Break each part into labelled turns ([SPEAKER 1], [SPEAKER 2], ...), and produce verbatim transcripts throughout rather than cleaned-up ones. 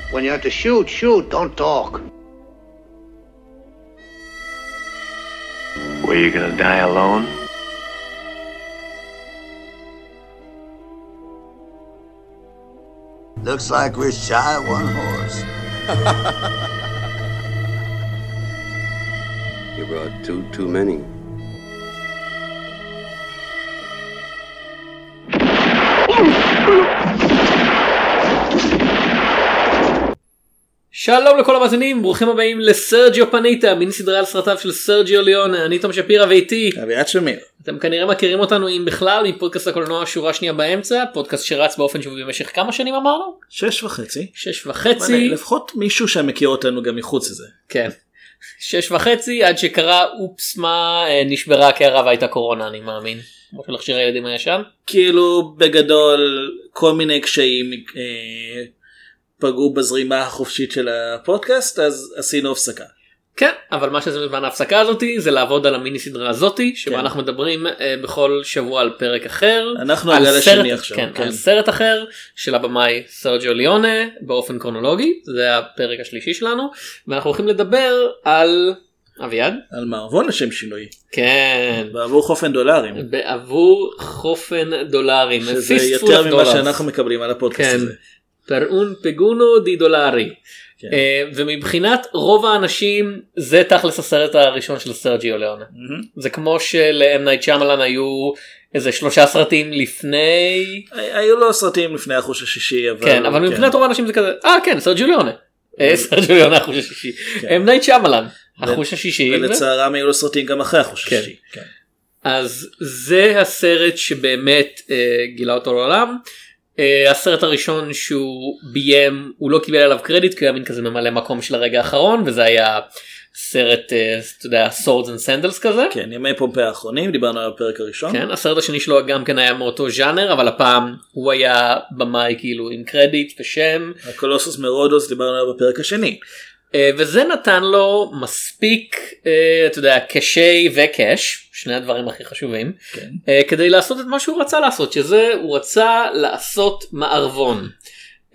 [SPEAKER 1] When you have to shoot, shoot, don't talk.
[SPEAKER 2] Were you gonna die alone?
[SPEAKER 3] Looks like we're shy of one horse.
[SPEAKER 4] You brought two too many.
[SPEAKER 5] שלום לכל המאזינים, ברוכים הבאים לסרג'יו פניטה, מיני סדרה על סרטיו של סרג'יו ליונה. אני תום שפירא ואיתי
[SPEAKER 6] אביעד שמיר.
[SPEAKER 5] אתם כנראה מכירים אותנו אם בכלל מפודקאסט הקולנוע שורה שנייה באמצע, פודקאסט שרץ באופן שבועי במשך כמה שנים אמרנו?
[SPEAKER 6] שש וחצי.
[SPEAKER 5] שש וחצי.
[SPEAKER 6] לפחות מישהו שמכיר אותנו גם מחוץ לזה.
[SPEAKER 5] כן. שש וחצי עד שקרה אופס מה נשברה הקערה והייתה קורונה, אני מאמין. כמו של הכשיר הילדים הישן.
[SPEAKER 6] כאילו בגדול כל מיני קשיים אה, פגעו בזרימה החופשית של הפודקאסט, אז עשינו הפסקה.
[SPEAKER 5] כן, אבל מה שזה בזמן ההפסקה הזאתי זה לעבוד על המיני סדרה הזאתי, שבה
[SPEAKER 6] כן.
[SPEAKER 5] אנחנו מדברים אה, בכל שבוע על פרק אחר.
[SPEAKER 6] אנחנו על הגל השני עכשיו.
[SPEAKER 5] כן,
[SPEAKER 6] כן.
[SPEAKER 5] על סרט אחר של הבמאי סרג'יו ליונה באופן קרונולוגי, זה הפרק השלישי שלנו, ואנחנו הולכים לדבר על... אביעד?
[SPEAKER 6] על מערבון לשם שינוי.
[SPEAKER 5] כן.
[SPEAKER 6] בעבור חופן דולרים.
[SPEAKER 5] בעבור חופן דולרים.
[SPEAKER 6] שזה יותר ממה שאנחנו מקבלים על הפודקאסט
[SPEAKER 5] כן.
[SPEAKER 6] הזה.
[SPEAKER 5] פרעון פגונו די דולרי. כן. Uh, ומבחינת רוב האנשים זה תכלס הסרט הראשון של סרג'יו ליונה. Mm-hmm. זה כמו שלאם נייט שמלן היו איזה שלושה סרטים לפני.
[SPEAKER 6] היו לו סרטים לפני החוש השישי. אבל
[SPEAKER 5] כן, אבל כן. מבחינת רוב האנשים זה כזה, אה כן, סרג'יו ליונה. סרג'יו ליונה החוש השישי. אם נייט שמלן. החוש השישי.
[SPEAKER 6] ולצערם היו לו סרטים גם אחרי החוש השישי.
[SPEAKER 5] כן. אז זה הסרט שבאמת uh, גילה אותו לעולם. Uh, הסרט הראשון שהוא ביים, הוא לא קיבל עליו קרדיט כי הוא היה מין כזה ממלא מקום של הרגע האחרון, וזה היה סרט, uh, אתה יודע, Swords and Sandals כזה.
[SPEAKER 6] כן, ימי פומפי האחרונים, דיברנו על הפרק הראשון. כן,
[SPEAKER 5] הסרט השני שלו גם כן היה מאותו ז'אנר, אבל הפעם הוא היה במאי כאילו עם קרדיט ושם.
[SPEAKER 6] הקולוסוס מרודוס, דיברנו עליו בפרק השני.
[SPEAKER 5] Uh, וזה נתן לו מספיק, uh, אתה יודע, קשי וקש, שני הדברים הכי חשובים, כן. uh, כדי לעשות את מה שהוא רצה לעשות, שזה הוא רצה לעשות מערבון. Uh,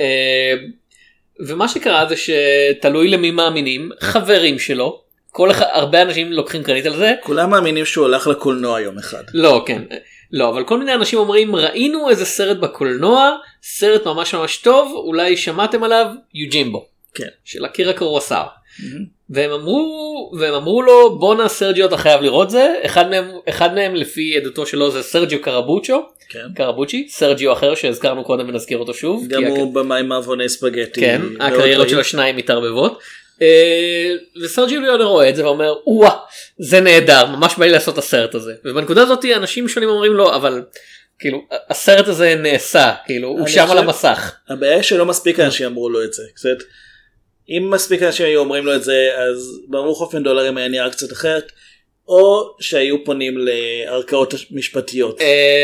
[SPEAKER 5] ומה שקרה זה שתלוי למי מאמינים, חברים שלו, כל הרבה אנשים לוקחים קרדיט על זה.
[SPEAKER 6] כולם מאמינים שהוא הולך לקולנוע יום אחד.
[SPEAKER 5] לא, כן. לא, אבל כל מיני אנשים אומרים, ראינו איזה סרט בקולנוע, סרט ממש ממש טוב, אולי שמעתם עליו, יוג'ימבו.
[SPEAKER 6] כן.
[SPEAKER 5] של אקירה קורוסאווה. Mm-hmm. והם אמרו, והם אמרו לו, בונה סרג'יו אתה חייב לראות זה, אחד מהם, אחד מהם לפי עדותו שלו זה סרג'יו קרבוצ'ו, כן. קרבוצ'י, סרג'יו אחר שהזכרנו קודם ונזכיר אותו שוב.
[SPEAKER 6] גם הוא הק... במאי מערבוני ספגטי.
[SPEAKER 5] כן, הקריירות של השניים מתערבבות. וסרג'יו ליונה רואה את זה ואומר, וואה, זה נהדר, ממש בא לי לעשות את הסרט הזה. ובנקודה הזאת אנשים שונים אומרים לו, אבל... כאילו הסרט הזה נעשה, כאילו הוא שם על המסך.
[SPEAKER 6] הבעיה שלא מספיק אנשים אמרו לו את זה. זאת, אם מספיק אנשים היו אומרים לו את זה, אז ברור חופן דולרים היה נראה קצת אחרת, או שהיו פונים לערכאות משפטיות.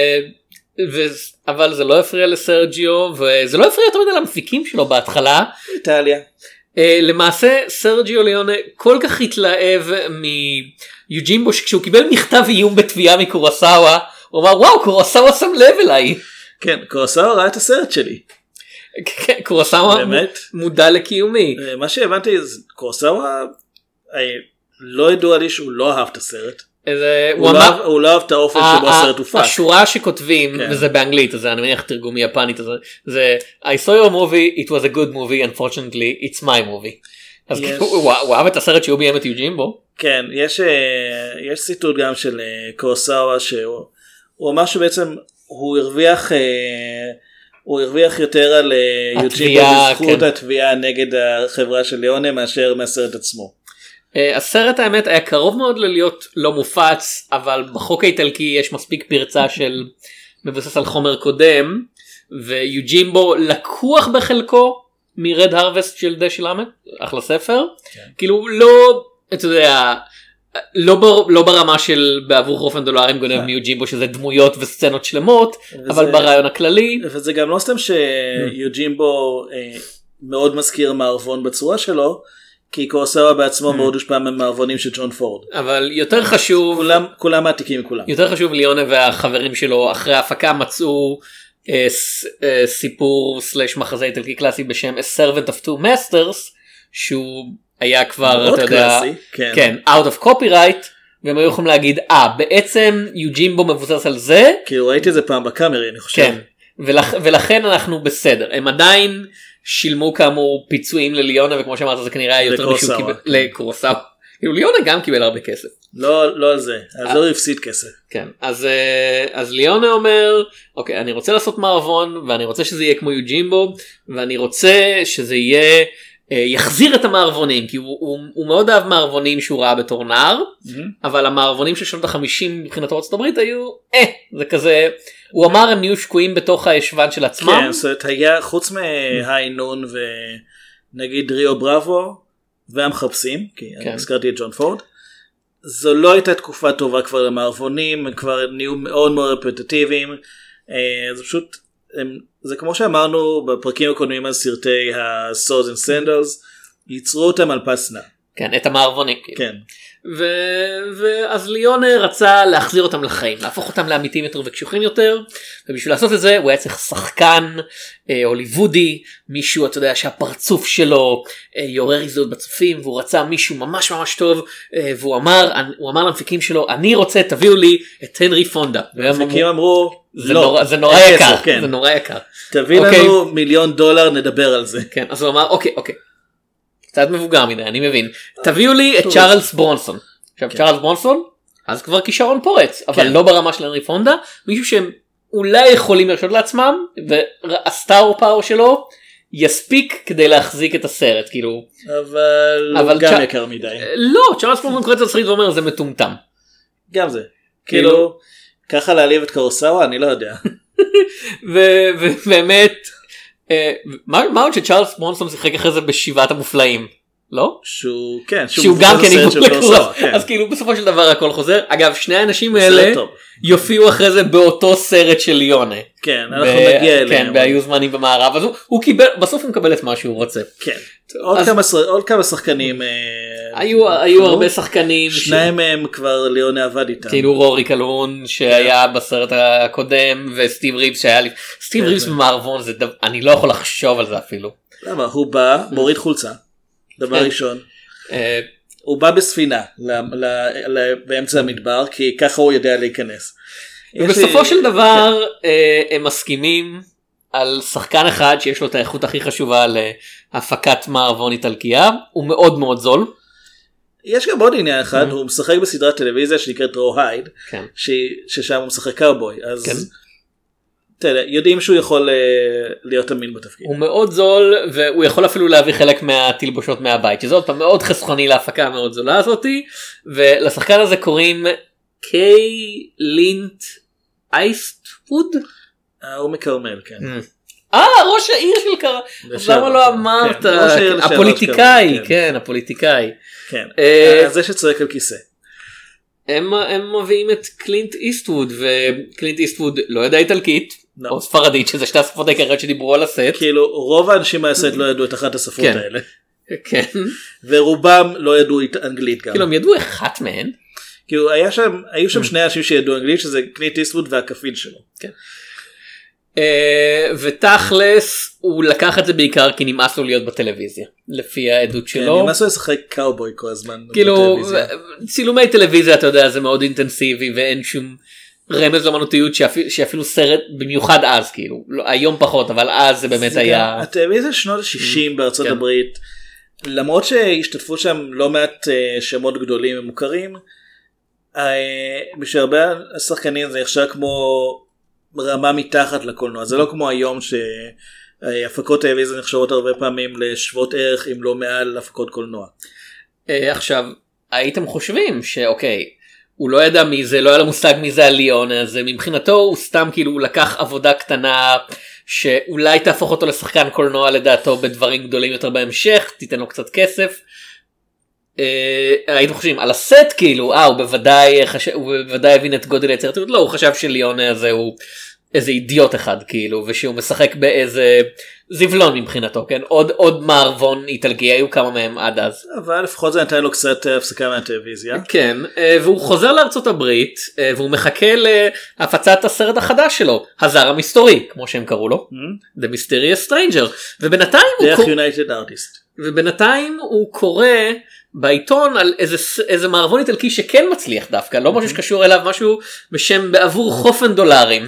[SPEAKER 5] אבל זה לא הפריע לסרג'יו, וזה לא הפריע תמיד על המפיקים שלו בהתחלה.
[SPEAKER 6] איטליה.
[SPEAKER 5] למעשה סרג'יו ליונה כל כך התלהב מיוג'ימבו, שכשהוא קיבל מכתב איום בתביעה מקורוסאווה, הוא אמר וואו קורוסאווה שם לב אליי.
[SPEAKER 6] כן, קורוסאווה ראה את הסרט שלי.
[SPEAKER 5] כן, קורוסאווה מודע לקיומי.
[SPEAKER 6] מה שהבנתי, קורוסאווה לא ידוע לי שהוא לא אהב את הסרט. הוא לא אהב את האופן שבו הסרט הופק.
[SPEAKER 5] השורה שכותבים, וזה באנגלית, אז אני מניח תרגום יפנית, זה I saw your movie, it was a good movie, unfortunately it's my movie. אז הוא אהב את הסרט שהוא ביים את יוג'ימבו.
[SPEAKER 6] כן, יש ציטוט גם של קורוסאווה שהוא אמר שבעצם הוא הרוויח הוא הרוויח יותר על יוג'ימבו בזכות התביעה נגד החברה של ליונה מאשר מהסרט עצמו.
[SPEAKER 5] הסרט האמת היה קרוב מאוד ללהיות לא מופץ, אבל בחוק האיטלקי יש מספיק פרצה של מבוסס על חומר קודם, ויוג'ימבו לקוח בחלקו מרד הרווסט של דשי למד, אחלה ספר, כאילו לא, אתה יודע, לא, בר, לא ברמה של בעבור חופן דולרים גונב מיוג'ימבו שזה דמויות וסצנות שלמות, וזה, אבל ברעיון הכללי.
[SPEAKER 6] וזה גם לא סתם שיוג'ימבו אה, מאוד מזכיר מערבון בצורה שלו, כי קורוסאווה בעצמו מאוד הושפע מהמערבונים של ג'ון פורד.
[SPEAKER 5] אבל יותר חשוב,
[SPEAKER 6] כולם, כולם מעתיקים מכולם.
[SPEAKER 5] יותר חשוב ליונה והחברים שלו אחרי ההפקה מצאו אה, ס, אה, סיפור סלש מחזה איטלקי קלאסי בשם A Servant of Two Masters, שהוא היה כבר, אתה יודע,
[SPEAKER 6] קלאסי, כן.
[SPEAKER 5] כן, out of copyright, והם היו יכולים להגיד, אה, בעצם יוג'ימבו מבוסס על זה.
[SPEAKER 6] כאילו ראיתי את זה פעם בקאמרי, אני חושב.
[SPEAKER 5] כן, ולכ, ולכן אנחנו בסדר. הם עדיין שילמו כאמור פיצויים לליונה, וכמו שאמרת זה כנראה היה יותר משהו קיבל, לקורוסאווה. כאילו ליונה גם קיבל הרבה כסף.
[SPEAKER 6] לא, לא על זה, אז לא הפסיד כסף.
[SPEAKER 5] כן, אז, אז ליונה אומר, אוקיי, אני רוצה לעשות מערבון, ואני רוצה שזה יהיה כמו יוג'ימבו, ואני רוצה שזה יהיה, יחזיר את המערבונים, כי הוא, הוא, הוא מאוד אהב מערבונים שהוא ראה בתור נער, mm-hmm. אבל המערבונים של שנות החמישים מבחינת ארצות הברית היו, אה, זה כזה, הוא אמר הם נהיו שקועים בתוך הישבן של עצמם.
[SPEAKER 6] כן, זאת אומרת, היה חוץ מהי נון ונגיד ריו בראבו, והמחפשים, כי כן. אני הזכרתי את ג'ון פורד, זו לא הייתה תקופה טובה כבר למערבונים, הם כבר נהיו מאוד מאוד רפטטיביים, זה פשוט, הם, זה כמו שאמרנו בפרקים הקודמים על סרטי ה-Swords and Sandals, ייצרו אותם על פס נע.
[SPEAKER 5] כן, את המערבונים.
[SPEAKER 6] כן.
[SPEAKER 5] ואז ליונה רצה להחזיר אותם לחיים, להפוך אותם לאמיתיים יותר וקשוחים יותר, ובשביל לעשות את זה הוא היה צריך שחקן אה, הוליוודי, מישהו אתה יודע שהפרצוף שלו אה, יורר הזדהות בצופים, והוא רצה מישהו ממש ממש טוב, אה, והוא אמר, הוא אמר למפיקים שלו, אני רוצה תביאו לי את הנרי פונדה.
[SPEAKER 6] המפיקים אמרו,
[SPEAKER 5] זה
[SPEAKER 6] לא,
[SPEAKER 5] נורא, זה נורא יקר, כן. זה נורא יקר.
[SPEAKER 6] תביא okay. לנו מיליון דולר נדבר על זה.
[SPEAKER 5] כן, אז הוא אמר אוקיי אוקיי. קצת מבוגר מדי, אני מבין. תביאו לי את צ'ארלס ברונסון. עכשיו צ'ארלס ברונסון, אז כבר כישרון פורץ, אבל לא ברמה של הנרי פונדה, מישהו שהם אולי יכולים לרשות לעצמם, והסטאר פאור שלו יספיק כדי להחזיק את הסרט, כאילו.
[SPEAKER 6] אבל הוא גם יקר מדי.
[SPEAKER 5] לא, צ'ארלס ברונסון קורא את הסרט ואומר, זה מטומטם.
[SPEAKER 6] גם זה. כאילו, ככה להעליב את קורוסאווה, אני לא יודע.
[SPEAKER 5] ובאמת, מה עוד שצ'ארלס ברונסון שיחק אחרי זה בשבעת המופלאים, לא?
[SPEAKER 6] שהוא, כן,
[SPEAKER 5] שהוא גם כן איבוד לקורסאווה, אז כאילו בסופו של דבר הכל חוזר. אגב, שני האנשים האלה יופיעו אחרי זה באותו סרט של ליונה.
[SPEAKER 6] כן, אנחנו נגיע אליהם.
[SPEAKER 5] כן, בהיו זמנים במערב, אז הוא קיבל, בסוף הוא מקבל את מה שהוא רוצה.
[SPEAKER 6] כן, עוד כמה שחקנים.
[SPEAKER 5] היו הרבה שחקנים.
[SPEAKER 6] שניים מהם כבר ליונה עבד איתם.
[SPEAKER 5] כאילו רורי קלון שהיה בסרט הקודם, וסטיב ריבס שהיה לי, סטיב ריבס במערבון, אני לא יכול לחשוב על זה אפילו.
[SPEAKER 6] למה? הוא בא, מוריד חולצה, דבר ראשון. הוא בא בספינה באמצע המדבר, כי ככה הוא יודע להיכנס.
[SPEAKER 5] ובסופו של דבר הם מסכימים על שחקן אחד שיש לו את האיכות הכי חשובה להפקת מערבון איטלקיה, הוא מאוד מאוד זול.
[SPEAKER 6] יש גם עוד עניין אחד, הוא משחק בסדרת טלוויזיה שנקראת רו הייד, ששם הוא משחק קאובוי, אז יודעים שהוא יכול להיות אמין בתפקיד.
[SPEAKER 5] הוא מאוד זול, והוא יכול אפילו להביא חלק מהתלבושות מהבית, שזה עוד פעם מאוד חסכוני להפקה המאוד זולה הזאתי, ולשחקן הזה קוראים קיי לינט אייסטווד?
[SPEAKER 6] הוא מקרמל, כן.
[SPEAKER 5] אה, ראש העיר של קרמל, אז למה לא אמרת? הפוליטיקאי, כן, הפוליטיקאי.
[SPEAKER 6] כן, זה שצועק על כיסא.
[SPEAKER 5] הם מביאים את קלינט איסטווד, וקלינט איסטווד לא ידע איטלקית, או ספרדית, שזה שתי השפות העיקריות שדיברו על הסט.
[SPEAKER 6] כאילו רוב האנשים מהסט לא ידעו את אחת השפות האלה.
[SPEAKER 5] כן.
[SPEAKER 6] ורובם לא ידעו אנגלית גם.
[SPEAKER 5] כאילו הם ידעו אחת מהן.
[SPEAKER 6] כאילו היו שם שני אנשים שידעו אנגלית, שזה קלינט איסטווד והכפיל שלו.
[SPEAKER 5] כן. ותכלס הוא לקח את זה בעיקר כי נמאס לו להיות בטלוויזיה לפי העדות שלו.
[SPEAKER 6] נמאס לו לשחק קאובוי כל הזמן
[SPEAKER 5] כאילו צילומי טלוויזיה אתה יודע זה מאוד אינטנסיבי ואין שום רמז לאמנותיות שאפילו סרט במיוחד אז כאילו היום פחות אבל אז זה באמת היה
[SPEAKER 6] הטלוויזיה שנות ה-שישים בארצות הברית למרות שהשתתפו שם לא מעט שמות גדולים ומוכרים בשביל הרבה השחקנים זה נחשב כמו רמה מתחת לקולנוע, זה לא כמו היום שהפקות טלוויזיה נחשבות הרבה פעמים לשוות ערך אם לא מעל הפקות קולנוע.
[SPEAKER 5] עכשיו, הייתם חושבים שאוקיי, הוא לא ידע מי זה, לא היה לו מושג מי זה הליון, אז מבחינתו הוא סתם כאילו לקח עבודה קטנה שאולי תהפוך אותו לשחקן קולנוע לדעתו בדברים גדולים יותר בהמשך, תיתן לו קצת כסף. הייתם חושבים על הסט כאילו, אה הוא בוודאי הוא בוודאי הבין את גודל היצירתיות, לא הוא חשב שליונה הזה הוא איזה אידיוט אחד כאילו, ושהוא משחק באיזה זבלון מבחינתו, כן? עוד, עוד מערבון איטלקי, היו כמה מהם עד אז.
[SPEAKER 6] אבל לפחות זה נתן לו קצת הפסקה מהטלוויזיה.
[SPEAKER 5] כן, והוא חוזר לארצות הברית, והוא מחכה להפצת הסרט החדש שלו, הזר המסתורי, כמו שהם קראו לו, The Mysterious Stranger, ובינתיים הוא...
[SPEAKER 6] דרך United Artist.
[SPEAKER 5] ובינתיים הוא קורא בעיתון על איזה, איזה מערבון איטלקי שכן מצליח דווקא, לא משהו שקשור אליו, משהו בשם בעבור חופן דולרים.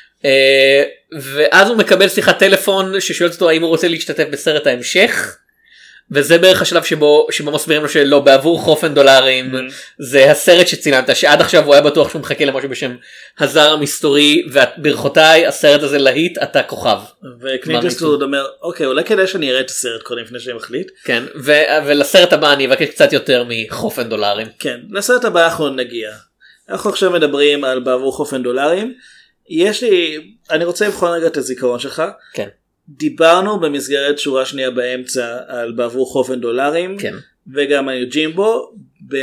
[SPEAKER 5] ואז הוא מקבל שיחת טלפון ששואלת אותו האם הוא רוצה להשתתף בסרט ההמשך, וזה בערך השלב שבו, שבו מסבירים לו שלא, בעבור חופן דולרים, זה הסרט שצילמת, שעד עכשיו הוא היה בטוח שהוא מחכה למשהו בשם הזר המסתורי, וברכותיי, הסרט הזה להיט, אתה כוכב.
[SPEAKER 6] וקלינט איסטווד אומר, אוקיי, אולי כדאי שאני אראה את הסרט קודם לפני שאני מחליט.
[SPEAKER 5] כן, ו- ולסרט הבא אני אבקש קצת יותר מחופן דולרים.
[SPEAKER 6] כן, לסרט הבא אנחנו נגיע. אנחנו עכשיו מדברים על בעבור חופן דולרים. יש לי, אני רוצה לבחון רגע את הזיכרון שלך.
[SPEAKER 5] כן.
[SPEAKER 6] דיברנו במסגרת שורה שנייה באמצע על בעבור חופן דולרים,
[SPEAKER 5] כן.
[SPEAKER 6] וגם על יוג'ימבו, ב...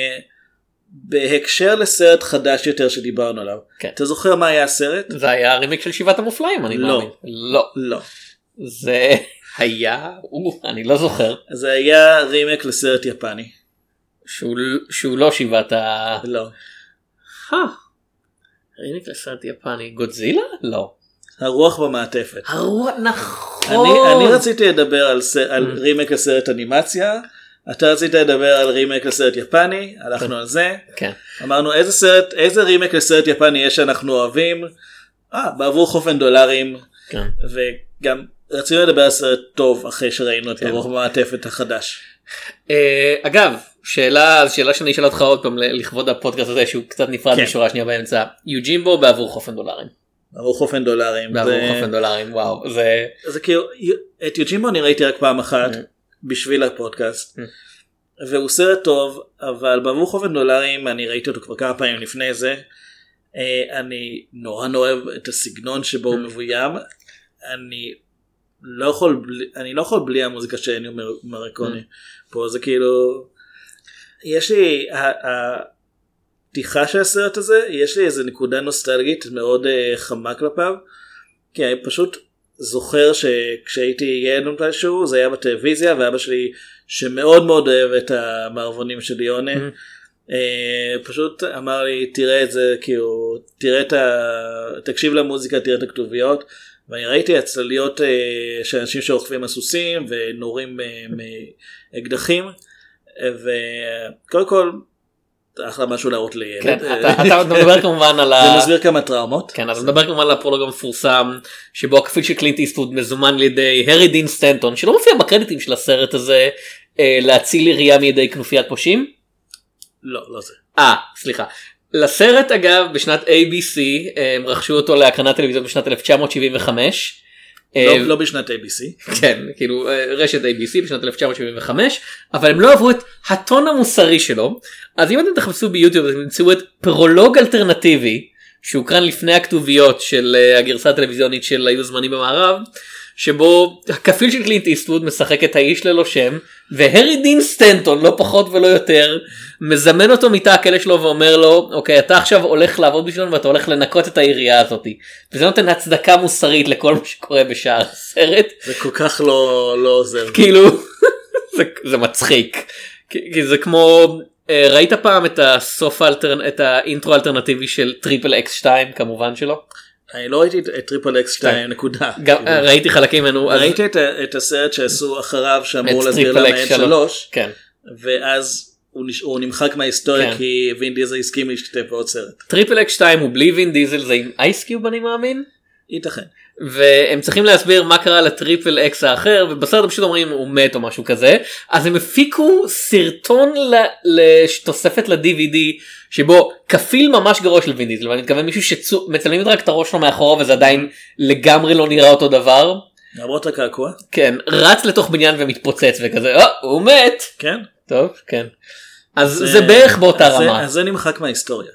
[SPEAKER 6] בהקשר לסרט חדש יותר שדיברנו עליו.
[SPEAKER 5] כן.
[SPEAKER 6] אתה זוכר מה היה הסרט?
[SPEAKER 5] זה היה הרימיק של שבעת המופלאים, אני
[SPEAKER 6] לא.
[SPEAKER 5] מאמין. לא.
[SPEAKER 6] לא.
[SPEAKER 5] זה היה, או, אני לא זוכר.
[SPEAKER 6] זה היה רימיק לסרט יפני.
[SPEAKER 5] שהוא, שהוא לא שבעת ה...
[SPEAKER 6] לא.
[SPEAKER 5] אה. רימיק לסרט יפני. גודזילה? לא.
[SPEAKER 6] הרוח במעטפת.
[SPEAKER 5] הרוח, נכון.
[SPEAKER 6] אני, אני רציתי לדבר על, ס... על רימק לסרט אנימציה, אתה רצית לדבר על רימק לסרט יפני, הלכנו על זה.
[SPEAKER 5] כן.
[SPEAKER 6] אמרנו איזה סרט, איזה רימק לסרט יפני יש שאנחנו אוהבים, אה, בעבור חופן דולרים,
[SPEAKER 5] כן.
[SPEAKER 6] וגם רצינו לדבר על סרט טוב אחרי שראינו את הרוח במעטפת החדש.
[SPEAKER 5] אגב, שאלה, שאלה שאני אשאל אותך עוד פעם לכבוד הפודקאסט הזה, שהוא קצת נפרד משורה שנייה באמצע, יוג'ימבו בעבור חופן דולרים.
[SPEAKER 6] בעבור חופן דולרים.
[SPEAKER 5] בעבור זה... חופן דולרים, וואו. זה...
[SPEAKER 6] זה כאילו, את יוג'ימבו אני ראיתי רק פעם אחת mm. בשביל הפודקאסט, mm. והוא סרט טוב, אבל בעבור חופן דולרים אני ראיתי אותו כבר כמה פעמים לפני זה, אני נורא אוהב את הסגנון שבו הוא מבוים, אני לא יכול בלי, אני לא יכול בלי המוזיקה שאיניו מוריקוני, פה זה כאילו, יש לי, הפתיחה של הסרט הזה, יש לי איזה נקודה נוסטלגית מאוד uh, חמה כלפיו, כי אני פשוט זוכר שכשהייתי ילד מתישהו, זה היה בטלוויזיה, ואבא שלי שמאוד מאוד אוהב את המערבונים של ליונה, mm-hmm. uh, פשוט אמר לי, תראה את זה, כאילו, תראה את ה... תקשיב למוזיקה, תראה את הכתוביות, ואני ראיתי הצלליות uh, של אנשים שרוכבים הסוסים, ונורים uh, מאקדחים, וקודם כל, אחלה משהו להראות לילד.
[SPEAKER 5] כן, אתה, אתה מדבר כמובן על ה...
[SPEAKER 6] זה מסביר כמה טראומות.
[SPEAKER 5] כן, אז מדבר כמובן על הפרולוג המפורסם, שבו הכפיל של קלינט איסטווד מזומן על ידי הרי דין סטנטון, שלא מופיע בקרדיטים של הסרט הזה, אה, להציל עירייה מידי כנופיית פושעים?
[SPEAKER 6] לא, לא זה.
[SPEAKER 5] אה, סליחה. לסרט אגב, בשנת איי בי סי, הם רכשו אותו להקרנת טלוויזיה בשנת אלף תשע מאות שבעים וחמש.
[SPEAKER 6] לא, לא בשנת איי בי סי.
[SPEAKER 5] כן, כאילו רשת איי בי סי בשנת אלף תשע מאות שבעים וחמש, אבל הם לא אהבו את הטון המוסרי שלו, אז אם אתם תחפשו ביוטיוב, אתם תמצאו את פרולוג אלטרנטיבי, שהוקרן לפני הכתוביות של הגרסה הטלוויזיונית של היו זמנים במערב, שבו הכפיל של קלינט איסטווד משחק את האיש ללא שם, והרי דין סטנטון, לא פחות ולא יותר, מזמן אותו מתא הכלא שלו ואומר לו, אוקיי, אתה עכשיו הולך לעבוד בשבילנו ואתה הולך לנקות את העירייה הזאת. וזה נותן הצדקה מוסרית לכל מה שקורה בשאר הסרט.
[SPEAKER 6] זה כל כך לא, לא עוזר.
[SPEAKER 5] כאילו, זה, זה מצחיק. כי זה כמו, ראית פעם את הסוף האלטרנ... את האינטרו האלטרנטיבי של טריפל אקס שתיים, כמובן שלא?
[SPEAKER 6] אני לא ראיתי את טריפל אקס שתיים, נקודה.
[SPEAKER 5] ראיתי חלקים ממנו.
[SPEAKER 6] ראיתי את הסרט שעשו אחריו שאמור להסביר למה אין שלוש, ואז הוא נמחק מההיסטוריה כי וין דיזל הסכים להשתתף בעוד סרט.
[SPEAKER 5] טריפל אקס שתיים הוא בלי וין דיזל, זה עם אייסקיוב אני מאמין?
[SPEAKER 6] ייתכן.
[SPEAKER 5] והם צריכים להסביר מה קרה לטריפל אקס האחר, ובסרט הם פשוט אומרים הוא מת או משהו כזה, אז הם הפיקו סרטון לתוספת ל-די וי די, שבו כפיל ממש גרוע של וין דיזל, ואני מתכוון מישהו שמצלמים רק את הראש שלו מאחורה, וזה עדיין לגמרי לא נראה אותו דבר.
[SPEAKER 6] למרות הקעקוע.
[SPEAKER 5] כן, רץ לתוך בניין ומתפוצץ וכזה, אה, הוא מת.
[SPEAKER 6] כן.
[SPEAKER 5] טוב, כן. אז זה בערך באותה רמה.
[SPEAKER 6] אז זה נמחק מההיסטוריה.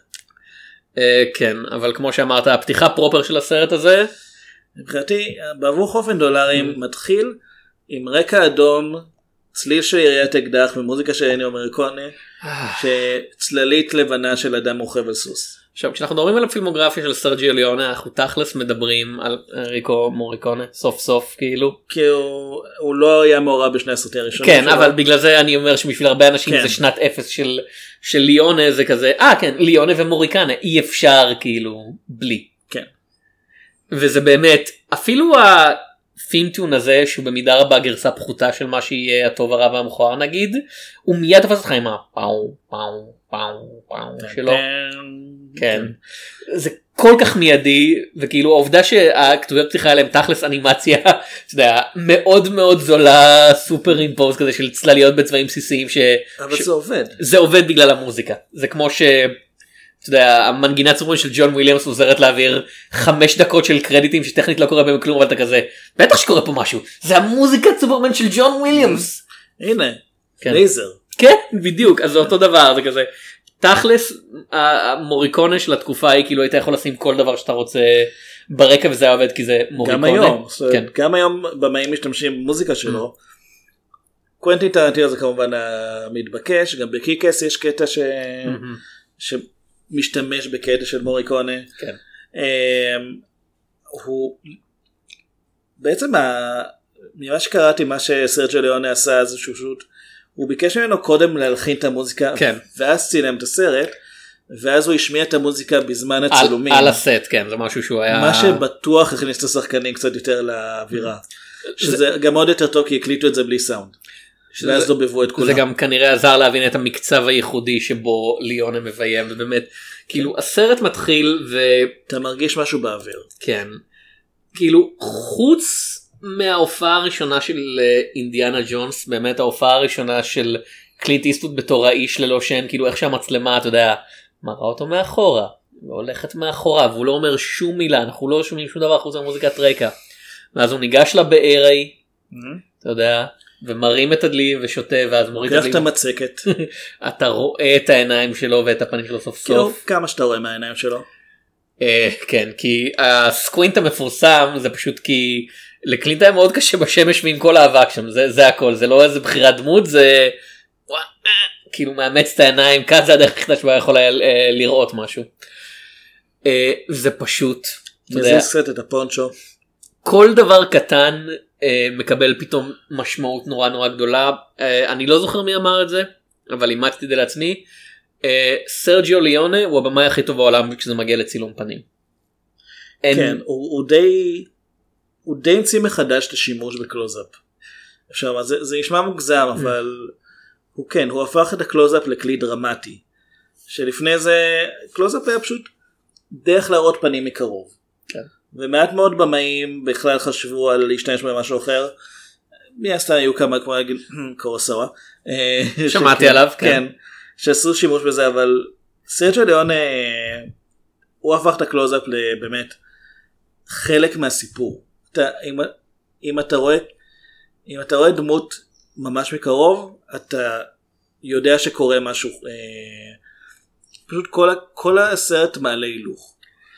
[SPEAKER 5] כן, אבל כמו שאמרת, הפתיחה פרופר של הסרט הזה,
[SPEAKER 6] מבחינתי, בעבור חופן דולרים מתחיל עם רקע אדום, צליל של יריית אקדח ומוזיקה של איניו מוריקוני, שצללית לבנה של אדם רוכב על סוס.
[SPEAKER 5] עכשיו כשאנחנו מדברים על הפילמוגרפיה של סרג'יו ליונה אנחנו תכלס מדברים על ריקו מוריקונה סוף סוף כאילו.
[SPEAKER 6] כי הוא, הוא לא היה מעורב בשני הסרטי הראשונים.
[SPEAKER 5] כן אבל בגלל זה אני אומר שבשביל הרבה אנשים כן. זה שנת אפס של, של ליונה זה כזה אה כן ליונה ומוריקנה אי אפשר כאילו בלי.
[SPEAKER 6] כן.
[SPEAKER 5] וזה באמת אפילו הפימטיון הזה שהוא במידה רבה גרסה פחותה של מה שיהיה הטוב הרע והמכוער נגיד הוא מיד תפס אותך עם הפאו פאו פאו פאו שלו. כן. זה כל כך מיידי וכאילו העובדה שהכתוביות פתיחה עליהם תכלס אנימציה אתה יודע, מאוד מאוד זולה סופר אימפוז כזה של צלליות בצבעים בסיסיים ש...
[SPEAKER 6] אבל
[SPEAKER 5] ש...
[SPEAKER 6] זה עובד.
[SPEAKER 5] זה עובד בגלל המוזיקה זה כמו ש... אתה יודע, המנגינת סופרמן של ג'ון וויליאמס עוזרת להעביר חמש דקות של קרדיטים שטכנית לא קורה בהם כלום אבל אתה כזה בטח שקורה פה משהו זה המוזיקת סופרמן של ג'ון וויליאמס
[SPEAKER 6] הנה לייזר
[SPEAKER 5] כן בדיוק אז זה אותו דבר זה כזה תכלס המוריקונה של התקופה היא כאילו היית יכול לשים כל דבר שאתה רוצה ברקע וזה היה עובד כי זה מוריקונה
[SPEAKER 6] גם היום כן. גם היום במאים משתמשים במוזיקה שלו קוונטין טרנטינו זה כמובן המתבקש גם בקיקס יש קטע ש... שמשתמש בקטע של מוריקונה
[SPEAKER 5] כן.
[SPEAKER 6] הוא בעצם ממה שקראתי מה שסרג'יו ליונה עשה זה שהוא פשוט הוא ביקש ממנו קודם להלחין את המוזיקה
[SPEAKER 5] כן.
[SPEAKER 6] ואז צילם את הסרט ואז הוא השמיע את המוזיקה בזמן הצילומים
[SPEAKER 5] על, על הסט כן זה משהו שהוא היה
[SPEAKER 6] מה שבטוח הכניס את השחקנים קצת יותר לאווירה שזה זה... גם עוד יותר טוב כי הקליטו את זה בלי סאונד שזה... ואז לא בבוא את כולם
[SPEAKER 5] זה גם כנראה עזר להבין את המקצב הייחודי שבו ליונה מביים ובאמת כאילו הסרט מתחיל ו...
[SPEAKER 6] אתה מרגיש משהו באוויר
[SPEAKER 5] כן כאילו חוץ מההופעה הראשונה של אינדיאנה ג'ונס באמת ההופעה הראשונה של קלינט איסטווד בתור האיש ללא שם כאילו איך שהמצלמה אתה יודע מראה אותו מאחורה והולכת מאחורה והוא לא אומר שום מילה אנחנו לא שומעים שום דבר חוץ ממוזיקת רקע ואז הוא ניגש לבאר ההיא אתה יודע ומרים את הדלי ושותה ואז מוריד את הדלי.
[SPEAKER 6] קח את המצקת.
[SPEAKER 5] אתה רואה את העיניים שלו ואת הפנים שלו סוף סוף.
[SPEAKER 6] כמה שאתה רואה מהעיניים שלו.
[SPEAKER 5] כן כי הסקווינט המפורסם זה פשוט כי לקלינט היה מאוד קשה בשמש ועם כל האבק שם זה, זה הכל זה לא איזה בחירת דמות זה כאילו מאמץ את העיניים כאן זה הדרך הכי שבה יכול היה לראות משהו. זה פשוט.
[SPEAKER 6] מזיז קצת את הפונצ'ו.
[SPEAKER 5] כל דבר קטן מקבל פתאום משמעות נורא נורא גדולה אני לא זוכר מי אמר את זה אבל אימצתי את זה לעצמי סרג'יו ליונה הוא הבמאי הכי טוב בעולם כשזה מגיע לצילום פנים.
[SPEAKER 6] כן הוא די הוא די המציא מחדש את השימוש בקלוזאפ. אפשר זה זה נשמע מוגזם אבל הוא כן הוא הפך את הקלוזאפ לכלי דרמטי שלפני זה קלוזאפ היה פשוט דרך להראות פנים מקרוב.
[SPEAKER 5] כן.
[SPEAKER 6] ומעט מאוד במאים בכלל חשבו על להשתמש במשהו אחר. מי עשתה היו כמה כמו להגיד קורוסאווה.
[SPEAKER 5] שמעתי עליו
[SPEAKER 6] כן. שעשו שימוש בזה אבל סרג'יו ליונה הוא הפך את הקלוזאפ לבאמת חלק מהסיפור. אתה, אם, אם אתה רואה אם אתה רואה דמות ממש מקרוב אתה יודע שקורה משהו אה, פשוט כל, כל הסרט מעלה הילוך.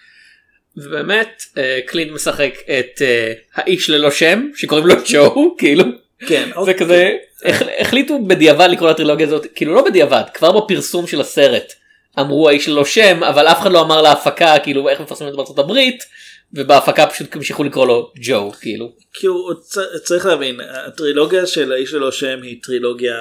[SPEAKER 5] ובאמת קלינט משחק את האיש ללא שם שקוראים לו ג'ו כאילו
[SPEAKER 6] כן,
[SPEAKER 5] זה כזה החליטו בדיעבד לקרוא לטרילוגיה הזאת כאילו לא בדיעבד כבר בפרסום של הסרט אמרו האיש ללא שם אבל אף אחד לא אמר להפקה כאילו איך מפרסמים את בארצות הברית ובהפקה פשוט המשיכו לקרוא לו ג'ו כאילו
[SPEAKER 6] כי הוא צריך להבין הטרילוגיה של האיש ללא שם היא טרילוגיה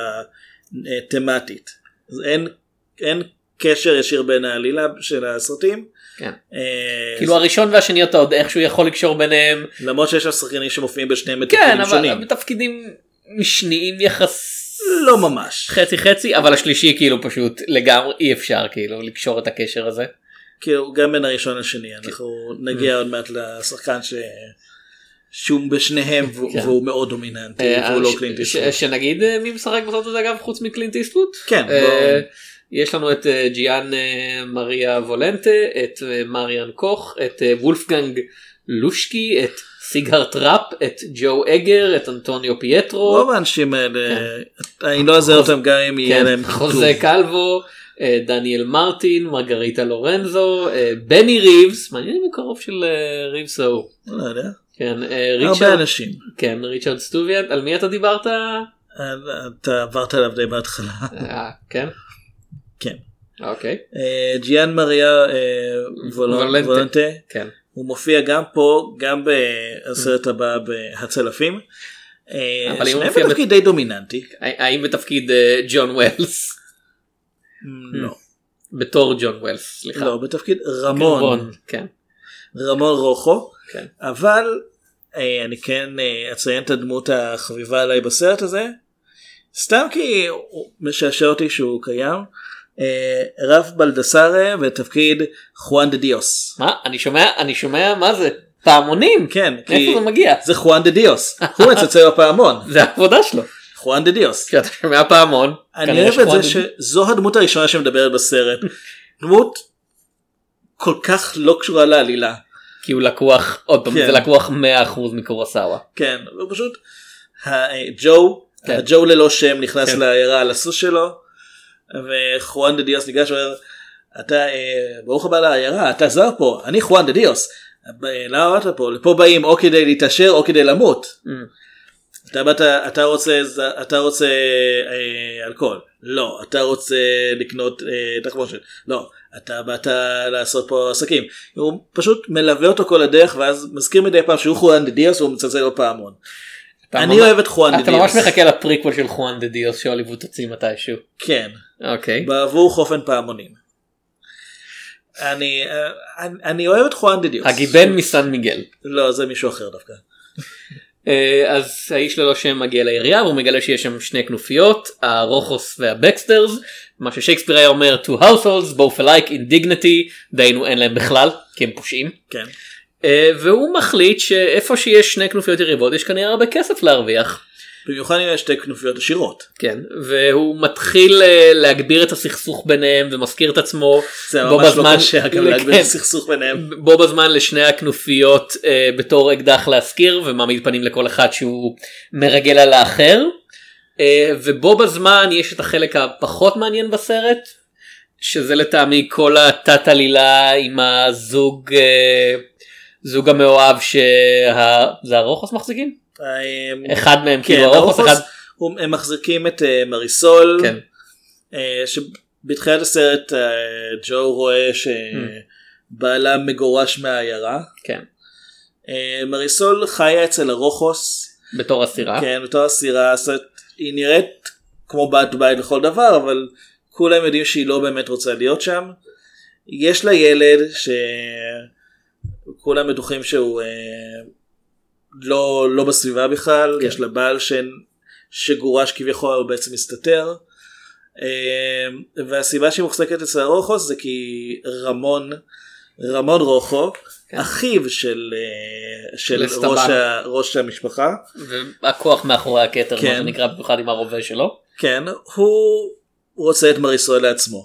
[SPEAKER 6] תמטית אז אין אין קשר ישיר בין העלילה של הסרטים.
[SPEAKER 5] כן. כאילו הראשון והשני אתה עוד איכשהו יכול לקשור ביניהם.
[SPEAKER 6] למרות שיש שחקנים שמופיעים בשניהם בתפקידים שונים.
[SPEAKER 5] כן, אבל בתפקידים משניים יחס...
[SPEAKER 6] לא ממש.
[SPEAKER 5] חצי חצי, אבל השלישי כאילו פשוט לגמרי אי אפשר כאילו לקשור את הקשר הזה.
[SPEAKER 6] כאילו גם בין הראשון לשני אנחנו נגיע עוד מעט לשחקן ש... שהוא בשניהם והוא מאוד דומיננטי והוא לא קלינט איסטווד.
[SPEAKER 5] שנגיד מי משחק בסרט הזה אגב חוץ מקלינט איסטווד?
[SPEAKER 6] כן.
[SPEAKER 5] יש לנו את ג'יאן מריה וולנטה, את מריאן קוך, את וולפגנג לושקי, את סיגהרט ראפ, את ג'ו אגר, את אנטוניו פייטרו.
[SPEAKER 6] רוב האנשים האלה, אני לא אעזר אותם גם אם יהיה להם כתוב.
[SPEAKER 5] חוזה קלבו, דניאל מרטין, מרגריטה לורנזו, בני ריבס, מעניין מקרוב של ריבס ההוא.
[SPEAKER 6] לא יודע.
[SPEAKER 5] כן,
[SPEAKER 6] הרבה אנשים.
[SPEAKER 5] כן, ריצ'רד סטוביאן, על מי אתה דיברת?
[SPEAKER 6] אתה עברת עליו די בהתחלה.
[SPEAKER 5] כן?
[SPEAKER 6] כן.
[SPEAKER 5] אוקיי.
[SPEAKER 6] ג'יאן מריה וולנטה,
[SPEAKER 5] כן.
[SPEAKER 6] הוא מופיע גם פה, גם בסרט הבא בהצלפים. שניהם בתפקיד די דומיננטי.
[SPEAKER 5] האם בתפקיד ג'ון ווילס?
[SPEAKER 6] לא.
[SPEAKER 5] בתור ג'ון ווילס, סליחה.
[SPEAKER 6] לא, בתפקיד רמון.
[SPEAKER 5] כן.
[SPEAKER 6] רמון רוחו.
[SPEAKER 5] כן.
[SPEAKER 6] אבל אני כן אציין את הדמות החביבה עליי בסרט הזה. סתם כי הוא משעשע אותי שהוא קיים. רף בלדסארה בתפקיד חואן דה דיוס.
[SPEAKER 5] מה? אני שומע, אני שומע מה זה? פעמונים?
[SPEAKER 6] כן.
[SPEAKER 5] איפה זה מגיע?
[SPEAKER 6] זה חואן דה דיוס. הוא מצצה בפעמון.
[SPEAKER 5] זה העבודה שלו.
[SPEAKER 6] חואן דה דיוס.
[SPEAKER 5] כשאתה שומע פעמון.
[SPEAKER 6] אני אוהב את זה שזו הדמות הראשונה שמדברת בסרט. דמות כל כך לא קשורה לעלילה.
[SPEAKER 5] כי הוא לקוח, עוד פעם, זה לקוח מאה אחוז מקורוסאווה.
[SPEAKER 6] כן, הוא פשוט, ג'ו, ג'ו ללא שם נכנס לעיירה על הסוס שלו, וחואן דה דיוס ניגש ואומר, אתה, ברוך הבא לעיירה, אתה זר פה, אני חואן דה דיוס, למה באת פה? לפה באים או כדי להתעשר או כדי למות. אתה באת, אתה רוצה, אתה רוצה אלכוהול, לא, אתה רוצה לקנות תחמושת, לא, אתה באת לעשות פה עסקים. הוא פשוט מלווה אותו כל הדרך, ואז מזכיר מדי פעם שהוא חואן דה דיוס, והוא מצלצל לו פעמון. אני אוהב את חואן דה דיוס.
[SPEAKER 5] אתה ממש מחכה לפריקוול של חואן דה דיוס שהוליווד תוציא מתישהו.
[SPEAKER 6] כן.
[SPEAKER 5] אוקיי.
[SPEAKER 6] בעבור חופן פעמונים. אני אני אוהב את חואן דה דיוס.
[SPEAKER 5] הגיבן מסן מיגל.
[SPEAKER 6] לא, זה מישהו אחר דווקא.
[SPEAKER 5] אז האיש ללא שם מגיע לעירייה והוא מגלה שיש שם שני כנופיות, הרוחוס והבקסטרס, מה ששייקספיר היה אומר two households both alike in dignity, דיינו אין להם בכלל כי הם פושעים.
[SPEAKER 6] כן.
[SPEAKER 5] והוא מחליט שאיפה שיש שני כנופיות יריבות יש כנראה הרבה כסף להרוויח.
[SPEAKER 6] במיוחד אם יש שתי כנופיות עשירות.
[SPEAKER 5] כן, והוא מתחיל להגביר את הסכסוך ביניהם ומזכיר את עצמו.
[SPEAKER 6] זה ממש לא קשה גם להגביר את הסכסוך ביניהם.
[SPEAKER 5] בו בזמן לשני הכנופיות בתור אקדח להזכיר ומעמיד פנים לכל אחד שהוא מרגל על האחר. ובו בזמן יש את החלק הפחות מעניין בסרט, שזה לטעמי כל התת עלילה עם הזוג זוג המאוהב שזה הרוחוס מחזיקים? אחד מהם כאילו הרוחוס אחד.
[SPEAKER 6] הם מחזיקים את מריסול, שבתחילת הסרט ג'ו רואה שבעלה מגורש מהעיירה.
[SPEAKER 5] כן.
[SPEAKER 6] מריסול חיה אצל הרוחוס.
[SPEAKER 5] בתור אסירה.
[SPEAKER 6] כן, בתור אסירה. היא נראית כמו בת בית לכל דבר, אבל כולם יודעים שהיא לא באמת רוצה להיות שם. יש לה ילד שכולם בטוחים שהוא לא, לא בסביבה בכלל. כן. יש לה בעל ש... שגורש כביכול הוא בעצם מסתתר. והסיבה שהיא מוחזקת אצל הרוחוס זה כי רמון, רמון רוחו, כן. אחיו של, של ראש, ה... ראש המשפחה.
[SPEAKER 5] והכוח מאחורי הכתר,
[SPEAKER 6] כן.
[SPEAKER 5] מה שנקרא במיוחד עם הרובה שלו.
[SPEAKER 6] כן, הוא רוצה את מריסול לעצמו.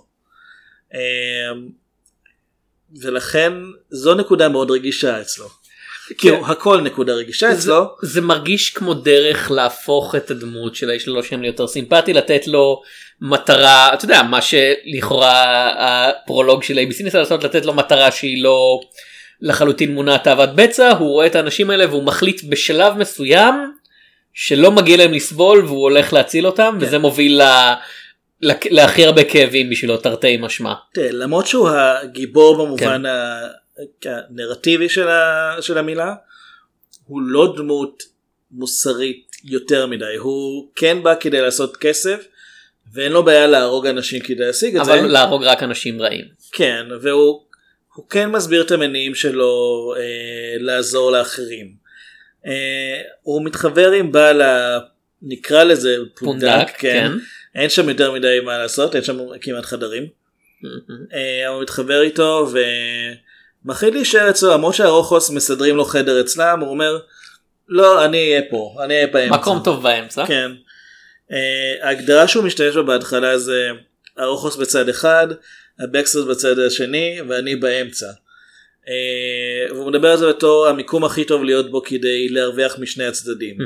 [SPEAKER 6] ולכן זו נקודה מאוד רגישה אצלו. כי הכל נקודה רגישה אצלו.
[SPEAKER 5] זה, זה מרגיש כמו דרך להפוך את הדמות של האיש ללא שם ליותר סימפטי, לתת לו מטרה, אתה יודע, מה שלכאורה הפרולוג של איי בי סי ניסה לעשות, לתת לו מטרה שהיא לא לחלוטין מונעת תאוות בצע. הוא רואה את האנשים האלה והוא מחליט בשלב מסוים שלא מגיע להם לסבול והוא הולך להציל אותם, כן. וזה מוביל ל... להכי הרבה כאבים בשבילו תרתי משמע.
[SPEAKER 6] תראה, למרות שהוא הגיבור במובן כן. הנרטיבי של, ה... של המילה, הוא לא דמות מוסרית יותר מדי. הוא כן בא כדי לעשות כסף, ואין לו בעיה להרוג אנשים כדי להשיג את
[SPEAKER 5] אבל
[SPEAKER 6] זה.
[SPEAKER 5] אבל להרוג רק אנשים רעים.
[SPEAKER 6] כן, והוא הוא כן מסביר את המניעים שלו אה, לעזור לאחרים. אה, הוא מתחבר עם בעל, נקרא לזה פונדק,
[SPEAKER 5] פונדק
[SPEAKER 6] כן.
[SPEAKER 5] כן.
[SPEAKER 6] אין שם יותר מדי מה לעשות, אין שם כמעט חדרים. הוא מתחבר איתו ומחליט להישאר אצלו, למרות שהרוחוס מסדרים לו חדר אצלם, הוא אומר, לא, אני אהיה פה, אני אהיה באמצע.
[SPEAKER 5] מקום טוב באמצע.
[SPEAKER 6] כן. ההגדרה שהוא משתמש בה בהתחלה זה, הרוחוס בצד אחד, הבקסטרס בצד השני, ואני באמצע. והוא מדבר על זה בתור המיקום הכי טוב להיות בו, כדי להרוויח משני הצדדים.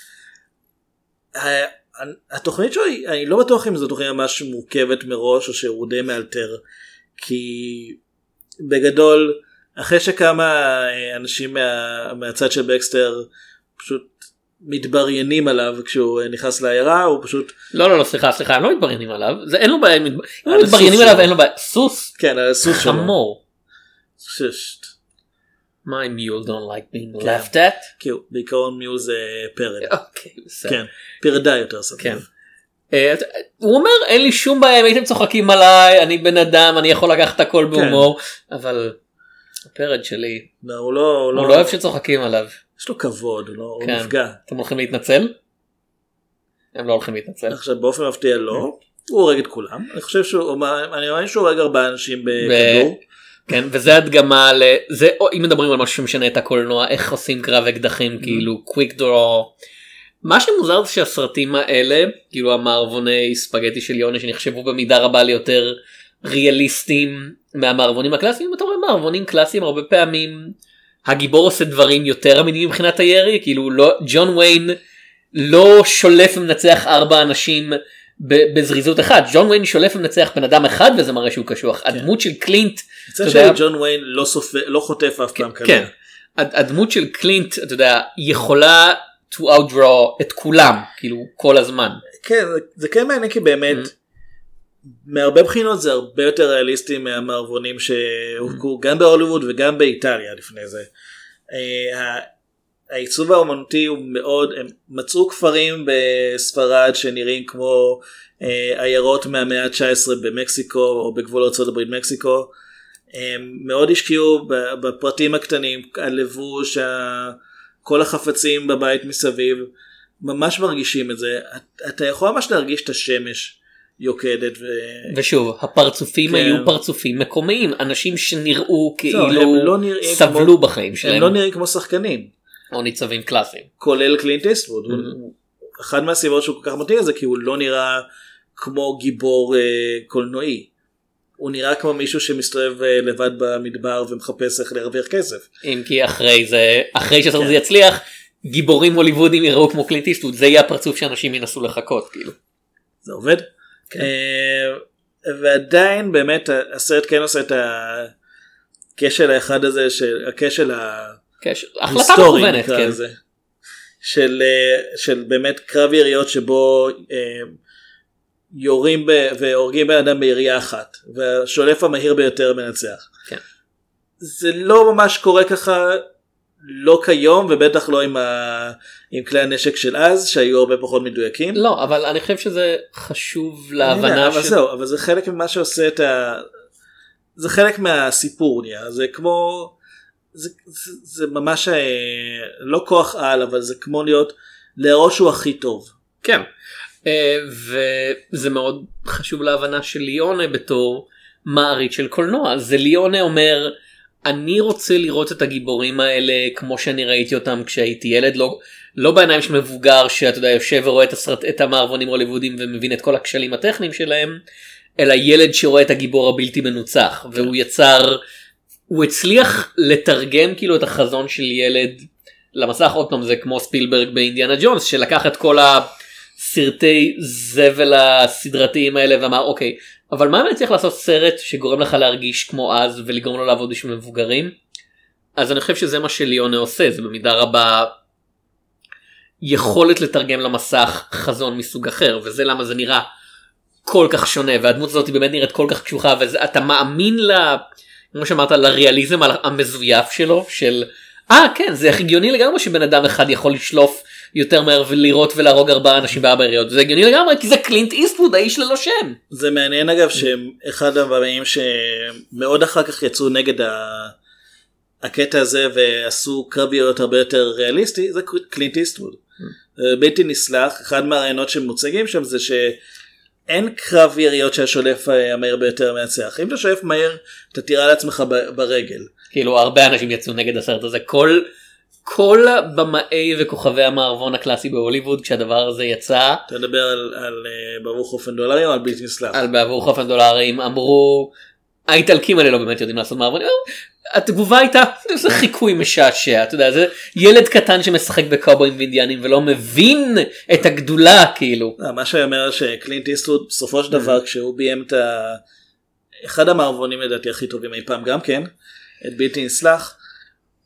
[SPEAKER 6] התוכנית שלו, אני לא בטוח אם זו תוכנית ממש מורכבת מראש או שהוא די מאלתר, כי בגדול אחרי שכמה אנשים מה, מהצד של בקסטר פשוט מתבריינים עליו כשהוא נכנס לעיירה, הוא פשוט...
[SPEAKER 5] לא, לא, לא, סליחה, סליחה, הם לא מתבריינים עליו, זה אין לו בעיה, אם מתבריינים עליו, אין לו בעיה, סוס?
[SPEAKER 6] כן, על הסוס שלו.
[SPEAKER 5] חמור.
[SPEAKER 6] ששט.
[SPEAKER 5] My mule don't like being laughed at?
[SPEAKER 6] כי בעיקרון מיול זה פרד.
[SPEAKER 5] אוקיי, בסדר.
[SPEAKER 6] כן, פרדה יותר סבבה.
[SPEAKER 5] כן. הוא אומר, אין לי שום בעיה, אם הייתם צוחקים עליי, אני בן אדם, אני יכול לקחת הכל בהומור, אבל הפרד שלי, הוא לא אוהב שצוחקים עליו.
[SPEAKER 6] יש לו כבוד, הוא נפגע.
[SPEAKER 5] אתם הולכים להתנצל? הם לא הולכים להתנצל.
[SPEAKER 6] עכשיו באופן מפתיע לא, הוא הורג את כולם. אני חושב שהוא, אני רואה שהוא הורג ארבעה אנשים בכדור.
[SPEAKER 5] כן, וזה הדגמה, זה, אם מדברים על משהו שמשנה את הקולנוע, איך עושים קרב אקדחים, כאילו קוויק דרו. מה שמוזר זה שהסרטים האלה, כאילו המערבוני ספגטי של יונה, שנחשבו במידה רבה ליותר ריאליסטיים מהמערבונים הקלאסיים, אתה רואה מערבונים קלאסיים הרבה פעמים, הגיבור עושה דברים יותר אמינים מבחינת הירי, כאילו לא, ג'ון ויין לא שולף ומנצח ארבע אנשים בזריזות אחד, ג'ון ויין שולף ומנצח בן אדם אחד וזה מראה שהוא קשוח. הדמות של קלינט,
[SPEAKER 6] זה שג'ון ויין לא חוטף אף פעם כזה.
[SPEAKER 5] כן, הדמות של קלינט, אתה יודע, יכולה to outdraw את כולם, כאילו כל הזמן.
[SPEAKER 6] כן, זה כן מעניין כי באמת, מהרבה בחינות זה הרבה יותר ריאליסטי מהמערבונים שהופקו גם בהוליווד וגם באיטליה לפני זה. העיצוב האומנותי הוא מאוד, הם מצאו כפרים בספרד שנראים כמו עיירות מהמאה ה-תשע עשרה במקסיקו או בגבול ארצות הברית מקסיקו. הם מאוד השקיעו בפרטים הקטנים, הלבוש, כל החפצים בבית מסביב, ממש מרגישים את זה. אתה יכול ממש להרגיש את השמש יוקדת. ו... ושוב,
[SPEAKER 5] הפרצופים כן. היו פרצופים מקומיים, אנשים שנראו כאילו לא סבלו כמו... בחיים שלהם.
[SPEAKER 6] הם לא נראים כמו שחקנים.
[SPEAKER 5] או ניצבים קלאסיים.
[SPEAKER 6] כולל קלינט איסטווד. Mm-hmm. אחד מהסיבות שהוא כל כך מתאים זה כי הוא לא נראה כמו גיבור uh, קולנועי. הוא נראה כמו מישהו שמסתובב uh, לבד במדבר ומחפש איך להרוויח כסף.
[SPEAKER 5] אם כי אחרי זה, אחרי שהסרט הזה יצליח, גיבורים הוליוודים יראו כמו קלינט איסטווד, זה יהיה הפרצוף שאנשים ינסו לחכות, כאילו.
[SPEAKER 6] זה עובד. כן. Uh, ועדיין באמת הסרט כן עושה את הכשל האחד הזה, של, הכשל ה...
[SPEAKER 5] החלטה מכוונת, כן.
[SPEAKER 6] הזה, של, של באמת קרב יריות שבו אה, יורים ב, והורגים בן אדם בירייה אחת, והשולף המהיר ביותר מנצח.
[SPEAKER 5] כן.
[SPEAKER 6] זה לא ממש קורה ככה, לא כיום, ובטח לא עם, ה, עם כלי הנשק של אז, שהיו הרבה פחות מדויקים.
[SPEAKER 5] לא, אבל אני חושב שזה חשוב להבנה.
[SPEAKER 6] אבל ש... זהו, אבל זה חלק ממה שעושה את ה... זה חלק מהסיפור, נהיה. זה כמו... זה, זה, זה ממש לא כוח על, אבל זה כמו להיות להראות שהוא הכי טוב.
[SPEAKER 5] כן, וזה מאוד חשוב להבנה של ליונה בתור מעריץ של קולנוע. זה ליונה אומר, אני רוצה לראות את הגיבורים האלה כמו שאני ראיתי אותם כשהייתי ילד, לא, לא בעיניים של מבוגר שאתה יודע יושב ורואה את, הסרט, את המערבונים הוליוודים ומבין את כל הכשלים הטכניים שלהם, אלא ילד שרואה את הגיבור הבלתי מנוצח, והוא יצר... הוא הצליח לתרגם כאילו את החזון של ילד למסך. עוד פעם, זה כמו ספילברג באינדיאנה ג'ונס, שלקח את כל הסרטי זבל הסדרתיים האלה ואמר אוקיי, אבל מה אם אני צריך לעשות סרט שגורם לך להרגיש כמו אז ולגרום לו לעבוד בשביל מבוגרים? אז אני חושב שזה מה שליונה עושה, זה במידה רבה יכולת לתרגם למסך חזון מסוג אחר, וזה למה זה נראה כל כך שונה, והדמות הזאת באמת נראית כל כך קשוחה, ואתה מאמין לה, כמו שאמרת, לריאליזם המזויף שלו, של אה כן, זה הגיוני לגמרי שבן אדם אחד יכול לשלוף יותר מהר ולראות ולהרוג ארבעה אנשים בארבע יריות, זה הגיוני לגמרי כי זה קלינט איסטווד, האיש ללא שם.
[SPEAKER 6] זה מעניין אגב שאחד הדברים שמאוד אחר כך יצאו נגד ה... הקטע הזה ועשו קרב יריות הרבה יותר ריאליסטי, זה קלינט איסטווד. בלתי נסלח, אחד מהרעיונות שמוצגים שם זה שאין קרב יריות שהשולף המהיר ביותר מנצח. אם אתה שולף מהיר, אתה תירה לעצמך ברגל.
[SPEAKER 5] כאילו הרבה אנשים יצאו נגד הסרט הזה, כל, כל במאי וכוכבי המערבון הקלאסי בהוליווד, כשהדבר הזה יצא.
[SPEAKER 6] אתה מדבר על, על בעבור חופן דולרים או על בלתי נסלח?
[SPEAKER 5] על בעבור חופן דולרים, אמרו, האיטלקים האלה לא באמת יודעים לעשות מערבונים, התגובה הייתה, זה חיקוי משעשע, אתה יודע, זה ילד קטן שמשחק בקאובויים ואינדיאנים ולא מבין את הגדולה, כאילו.
[SPEAKER 6] מה שאומר שקלינט איסטווד, בסופו של דבר, כשהוא ביים את ה... אחד המערבונים לדעתי הכי טובים אי פעם גם כן, את בלתי נסלח,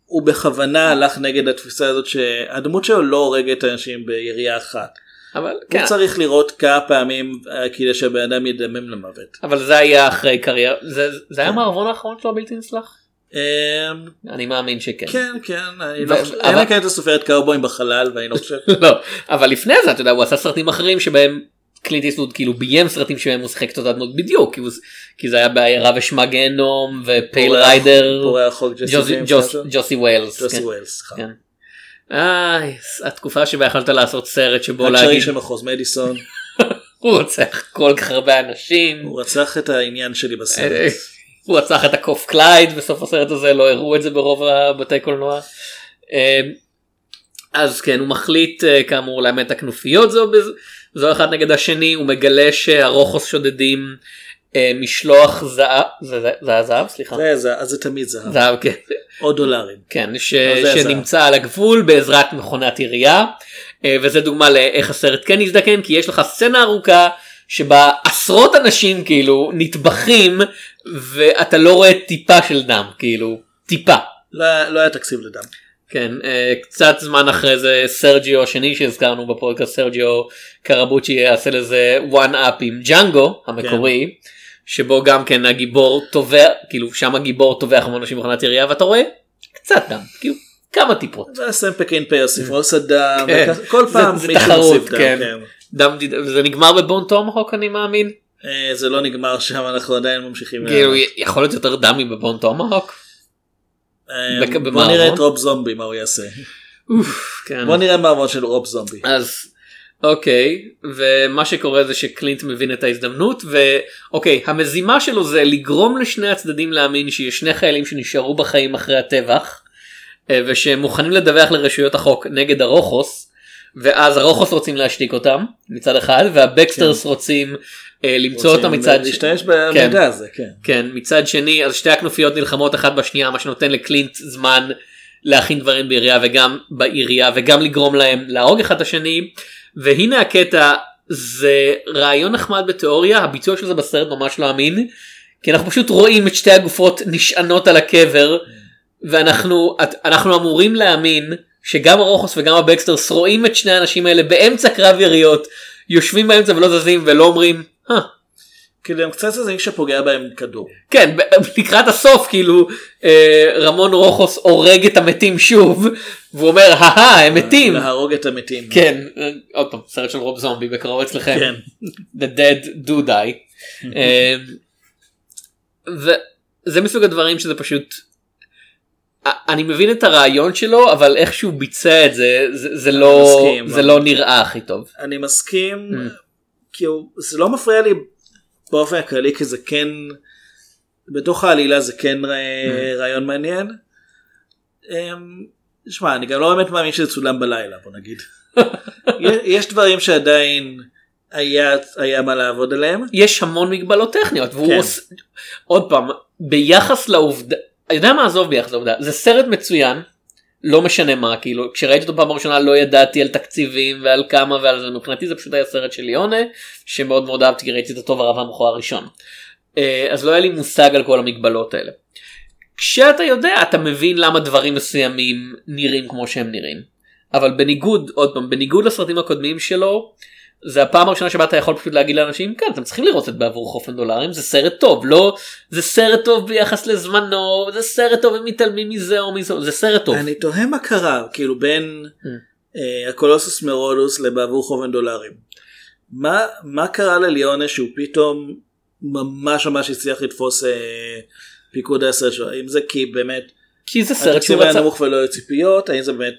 [SPEAKER 6] הוא בכוונה הלך נגד התפיסה הזאת שהדמות שלו לא הורגת אנשים בירייה אחת.
[SPEAKER 5] אבל
[SPEAKER 6] הוא
[SPEAKER 5] כן.
[SPEAKER 6] צריך לראות כמה פעמים כדי שהבן אדם ידמם למוות.
[SPEAKER 5] אבל זה היה אחרי קריירה, זה, זה היה מערבון האחרון שלו בלתי נסלח? אני מאמין שכן.
[SPEAKER 6] כן, כן, אני לא חושב, אין לקראת הסופרת קאובויים בחלל ואני לא חושב.
[SPEAKER 5] לא, אבל לפני זה אתה יודע, הוא עשה סרטים אחרים שבהם קלינט איסטווד כאילו ביים סרטים שבהם הוא שיחק את אותה דמות בדיוק, כי, הוא, כי זה היה בעיירה ושמה גיהנום ופייל ריידר,
[SPEAKER 6] פורע החוק
[SPEAKER 5] ג'וסי ווילס.
[SPEAKER 6] ג'וסי ווילס, סליחה.
[SPEAKER 5] אה, התקופה שבה יכולת לעשות סרט שבו
[SPEAKER 6] להגיד.
[SPEAKER 5] להגיד.
[SPEAKER 6] של מחוז מדיסון.
[SPEAKER 5] הוא רצח כל כך הרבה אנשים.
[SPEAKER 6] הוא רצח את העניין שלי בסרט.
[SPEAKER 5] הוא רצח את הקוף קלייד בסוף הסרט הזה, לא הראו את זה ברוב הבתי קולנוע. אז כן, הוא מחליט כאמור לאמן את הכנופיות זו, זו אחד נגד השני, הוא מגלה שהרוחוס שודדים משלוח זהב, זה היה זהב? סליחה.
[SPEAKER 6] זה זהב, אז זה תמיד זהב.
[SPEAKER 5] זהב, כן.
[SPEAKER 6] או דולרים.
[SPEAKER 5] כן, שנמצא על הגבול בעזרת מכונת ירייה, וזה דוגמה לאיך הסרט כן יזדקן, כי יש לך סצנה ארוכה, שבה עשרות אנשים כאילו נטבחים ואתה לא רואה טיפה של דם, כאילו טיפה.
[SPEAKER 6] לא, לא היה תקציב לדם.
[SPEAKER 5] כן, קצת זמן אחרי זה סרג'יו השני שהזכרנו בפודקאסט, סרג'יו קרבוצ'י יעשה לזה one up עם ג'אנגו המקורי, כן. שבו גם כן הגיבור טובע, כאילו שם הגיבור טובע חמור אנשים מכונת ירייה ואתה רואה קצת דם, כאילו כמה טיפות.
[SPEAKER 6] זה סמפק אין פי הוסיף עושה דם, כל פעם
[SPEAKER 5] מישהו מוסיף דם. דם, זה נגמר בבון טומהוק אני מאמין?
[SPEAKER 6] זה לא נגמר שם, אנחנו עדיין ממשיכים.
[SPEAKER 5] כאילו יכול להיות יותר דמי בבון טומהוק?
[SPEAKER 6] בוא נראה את רוב זומבי מה הוא יעשה. בוא נראה מערבון של רוב זומבי.
[SPEAKER 5] אז אוקיי, ומה שקורה זה שקלינט מבין את ההזדמנות, ואוקיי, המזימה שלו זה לגרום לשני הצדדים להאמין שיש שני חיילים שנשארו בחיים אחרי הטבח, ושמוכנים לדווח לרשויות החוק נגד הרוחוס, ואז הרוחוס רוצים להשתיק אותם מצד אחד, והבקסטרס רוצים למצוא אותם מצד
[SPEAKER 6] להשתמש במידע הזה, כן.
[SPEAKER 5] כן, מצד שני, אז שתי הכנופיות נלחמות אחת בשנייה, מה שנותן לקלינט זמן להכין דברים בעירייה וגם בעירייה, וגם לגרום להם להרוג אחד השני, והנה הקטע, זה רעיון נחמד בתיאוריה, הביצוע של זה בסרט ממש לא אמין, כי אנחנו פשוט רואים את שתי הגופות נשענות על הקבר, ואנחנו אנחנו אמורים להאמין שגם הרוחוס וגם הבקסטרס רואים את שני האנשים האלה באמצע קרב יריות, יושבים באמצע ולא זזים ולא אומרים, אה.
[SPEAKER 6] כאילו הם קצת זזים שפוגע בהם כדור.
[SPEAKER 5] כן, לקראת הסוף כאילו רמון רוחוס הורג את המתים שוב, והוא אומר, הא, הם מתים.
[SPEAKER 6] להרוג את המתים.
[SPEAKER 5] כן, עוד פעם, סרט של רוב זומבי בקרוב אצלכם. כן. The dead do die. וזה מסוג הדברים שזה פשוט, אני מבין את הרעיון שלו, אבל איך שהוא ביצע את זה, זה, זה, לא, מסכים, זה לא נראה הכי טוב.
[SPEAKER 6] אני מסכים, mm. כי זה לא מפריע לי באופן הכללי, כי זה כן, בתוך העלילה זה כן mm. רעיון מעניין. שמע, אני גם לא באמת מאמין שזה צולם בלילה, בוא נגיד. יש דברים שעדיין היה, היה מה לעבוד עליהם.
[SPEAKER 5] יש המון מגבלות טכניות, והוא כן. עוש... עוד פעם, ביחס לעובדה, אני יודע מה עזוב ביחס לעובדה, זה סרט מצוין, לא משנה מה, כאילו, כשראיתי אותו פעם הראשונה לא ידעתי על תקציבים ועל כמה ועל זה, מבחינתי זה פשוט היה סרט של ליונה, שמאוד מאוד אהבתי, כי ראיתי את הטוב הרב המכוער הראשון. אז לא היה לי מושג על כל המגבלות האלה. כשאתה יודע, אתה מבין למה דברים מסוימים נראים כמו שהם נראים. אבל בניגוד, עוד פעם, בניגוד לסרטים הקודמים שלו, זה הפעם הראשונה שבה אתה יכול פשוט להגיד לאנשים, כן, אתם צריכים לראות את בעבור חופן דולרים, זה סרט טוב, לא, זה סרט טוב ביחס לזמנו, זה סרט טוב, הם מתעלמים מזה או מזה, זה סרט טוב.
[SPEAKER 6] אני תוהה מה קרה, כאילו בין הקולוסוס מרודוס לבעבור חופן דולרים. מה קרה לליונה שהוא פתאום ממש ממש הצליח לתפוס פיקוד הסרט שלו? האם זה כי באמת,
[SPEAKER 5] כי זה סרט
[SPEAKER 6] שהוא רצה, נמוך ולא היו ציפיות, האם זה באמת,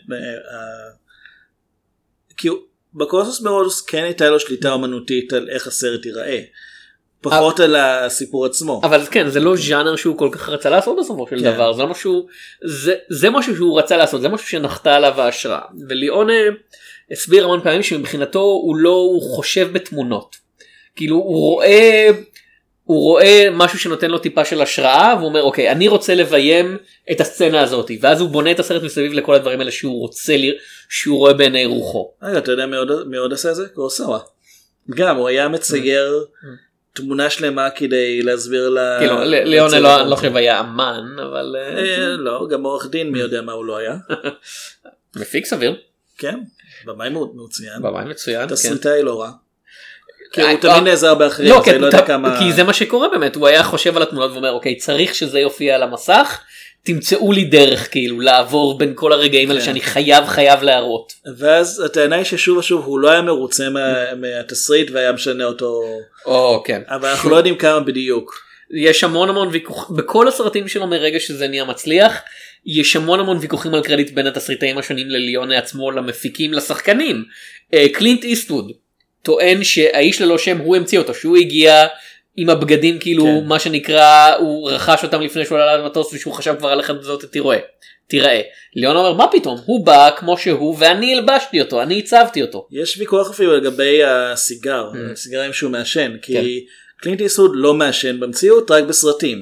[SPEAKER 6] כי הוא, בקולוסוס מרודוס כן הייתה לו שליטה אומנותית על איך הסרט ייראה, פחות על הסיפור עצמו.
[SPEAKER 5] אבל כן, זה לא ז'אנר שהוא כל כך רצה לעשות בסופו של דבר, זה משהו, זה משהו שהוא רצה לעשות, זה משהו שנחתה עליו ההשראה. וליאונה הסביר המון פעמים שמבחינתו הוא לא, הוא חושב בתמונות, כאילו הוא רואה, הוא רואה משהו שנותן לו טיפה של השראה, והוא אומר אוקיי, אני רוצה לביים את הסצנה הזאת, ואז הוא בונה את הסרט מסביב לכל הדברים האלה שהוא רוצה, שהוא רואה בעיני רוחו.
[SPEAKER 6] רגע, אתה יודע מי עוד עשה את זה? קורוסאווה. גם, הוא היה מצייר תמונה שלמה כדי להסביר לה...
[SPEAKER 5] כאילו, ליאונה לא, אני לא חושב היה אמן, אבל...
[SPEAKER 6] לא, גם עורך דין, מי יודע מה הוא לא היה.
[SPEAKER 5] מפיק סביר.
[SPEAKER 6] כן, במאי מצוין.
[SPEAKER 5] במאי מצוין, כן.
[SPEAKER 6] תסריטאי לא רע. כי הוא תמיד נעזר באחרים,
[SPEAKER 5] לא,
[SPEAKER 6] זה לא יודע כמה...
[SPEAKER 5] כי זה מה שקורה באמת, הוא היה חושב על התמונות ואומר, אוקיי, צריך שזה יופיע על המסך, תמצאו לי דרך כאילו לעבור בין כל הרגעים האלה שאני חייב חייב להראות.
[SPEAKER 6] ואז הטענה היא ששוב ושוב הוא לא היה מרוצה מהתסריט והיה משנה אותו.
[SPEAKER 5] או, כן.
[SPEAKER 6] אבל אנחנו לא יודעים כמה בדיוק.
[SPEAKER 5] יש המון המון ויכוח, בכל הסרטים שלו מרגע שזה נהיה מצליח, יש המון המון ויכוחים על קרדיט בין התסריטאים השונים לליונה עצמו, למפיקים, לשחקנים. קלינט איסטווד טוען שהאיש ללא שם הוא המציא אותו, שהוא הגיע עם הבגדים כאילו כן. מה שנקרא הוא רכש אותם לפני שהוא עלה למטוס ושהוא חשב כבר על איך זאת תראה. תראה. ליאונה אומר מה פתאום הוא בא כמו שהוא ואני הלבשתי אותו אני הצבתי אותו.
[SPEAKER 6] יש ויכוח אפילו לגבי הסיגר mm. הסיגרים שהוא מעשן כי כן. קלינט איסטווד לא מעשן במציאות רק בסרטים.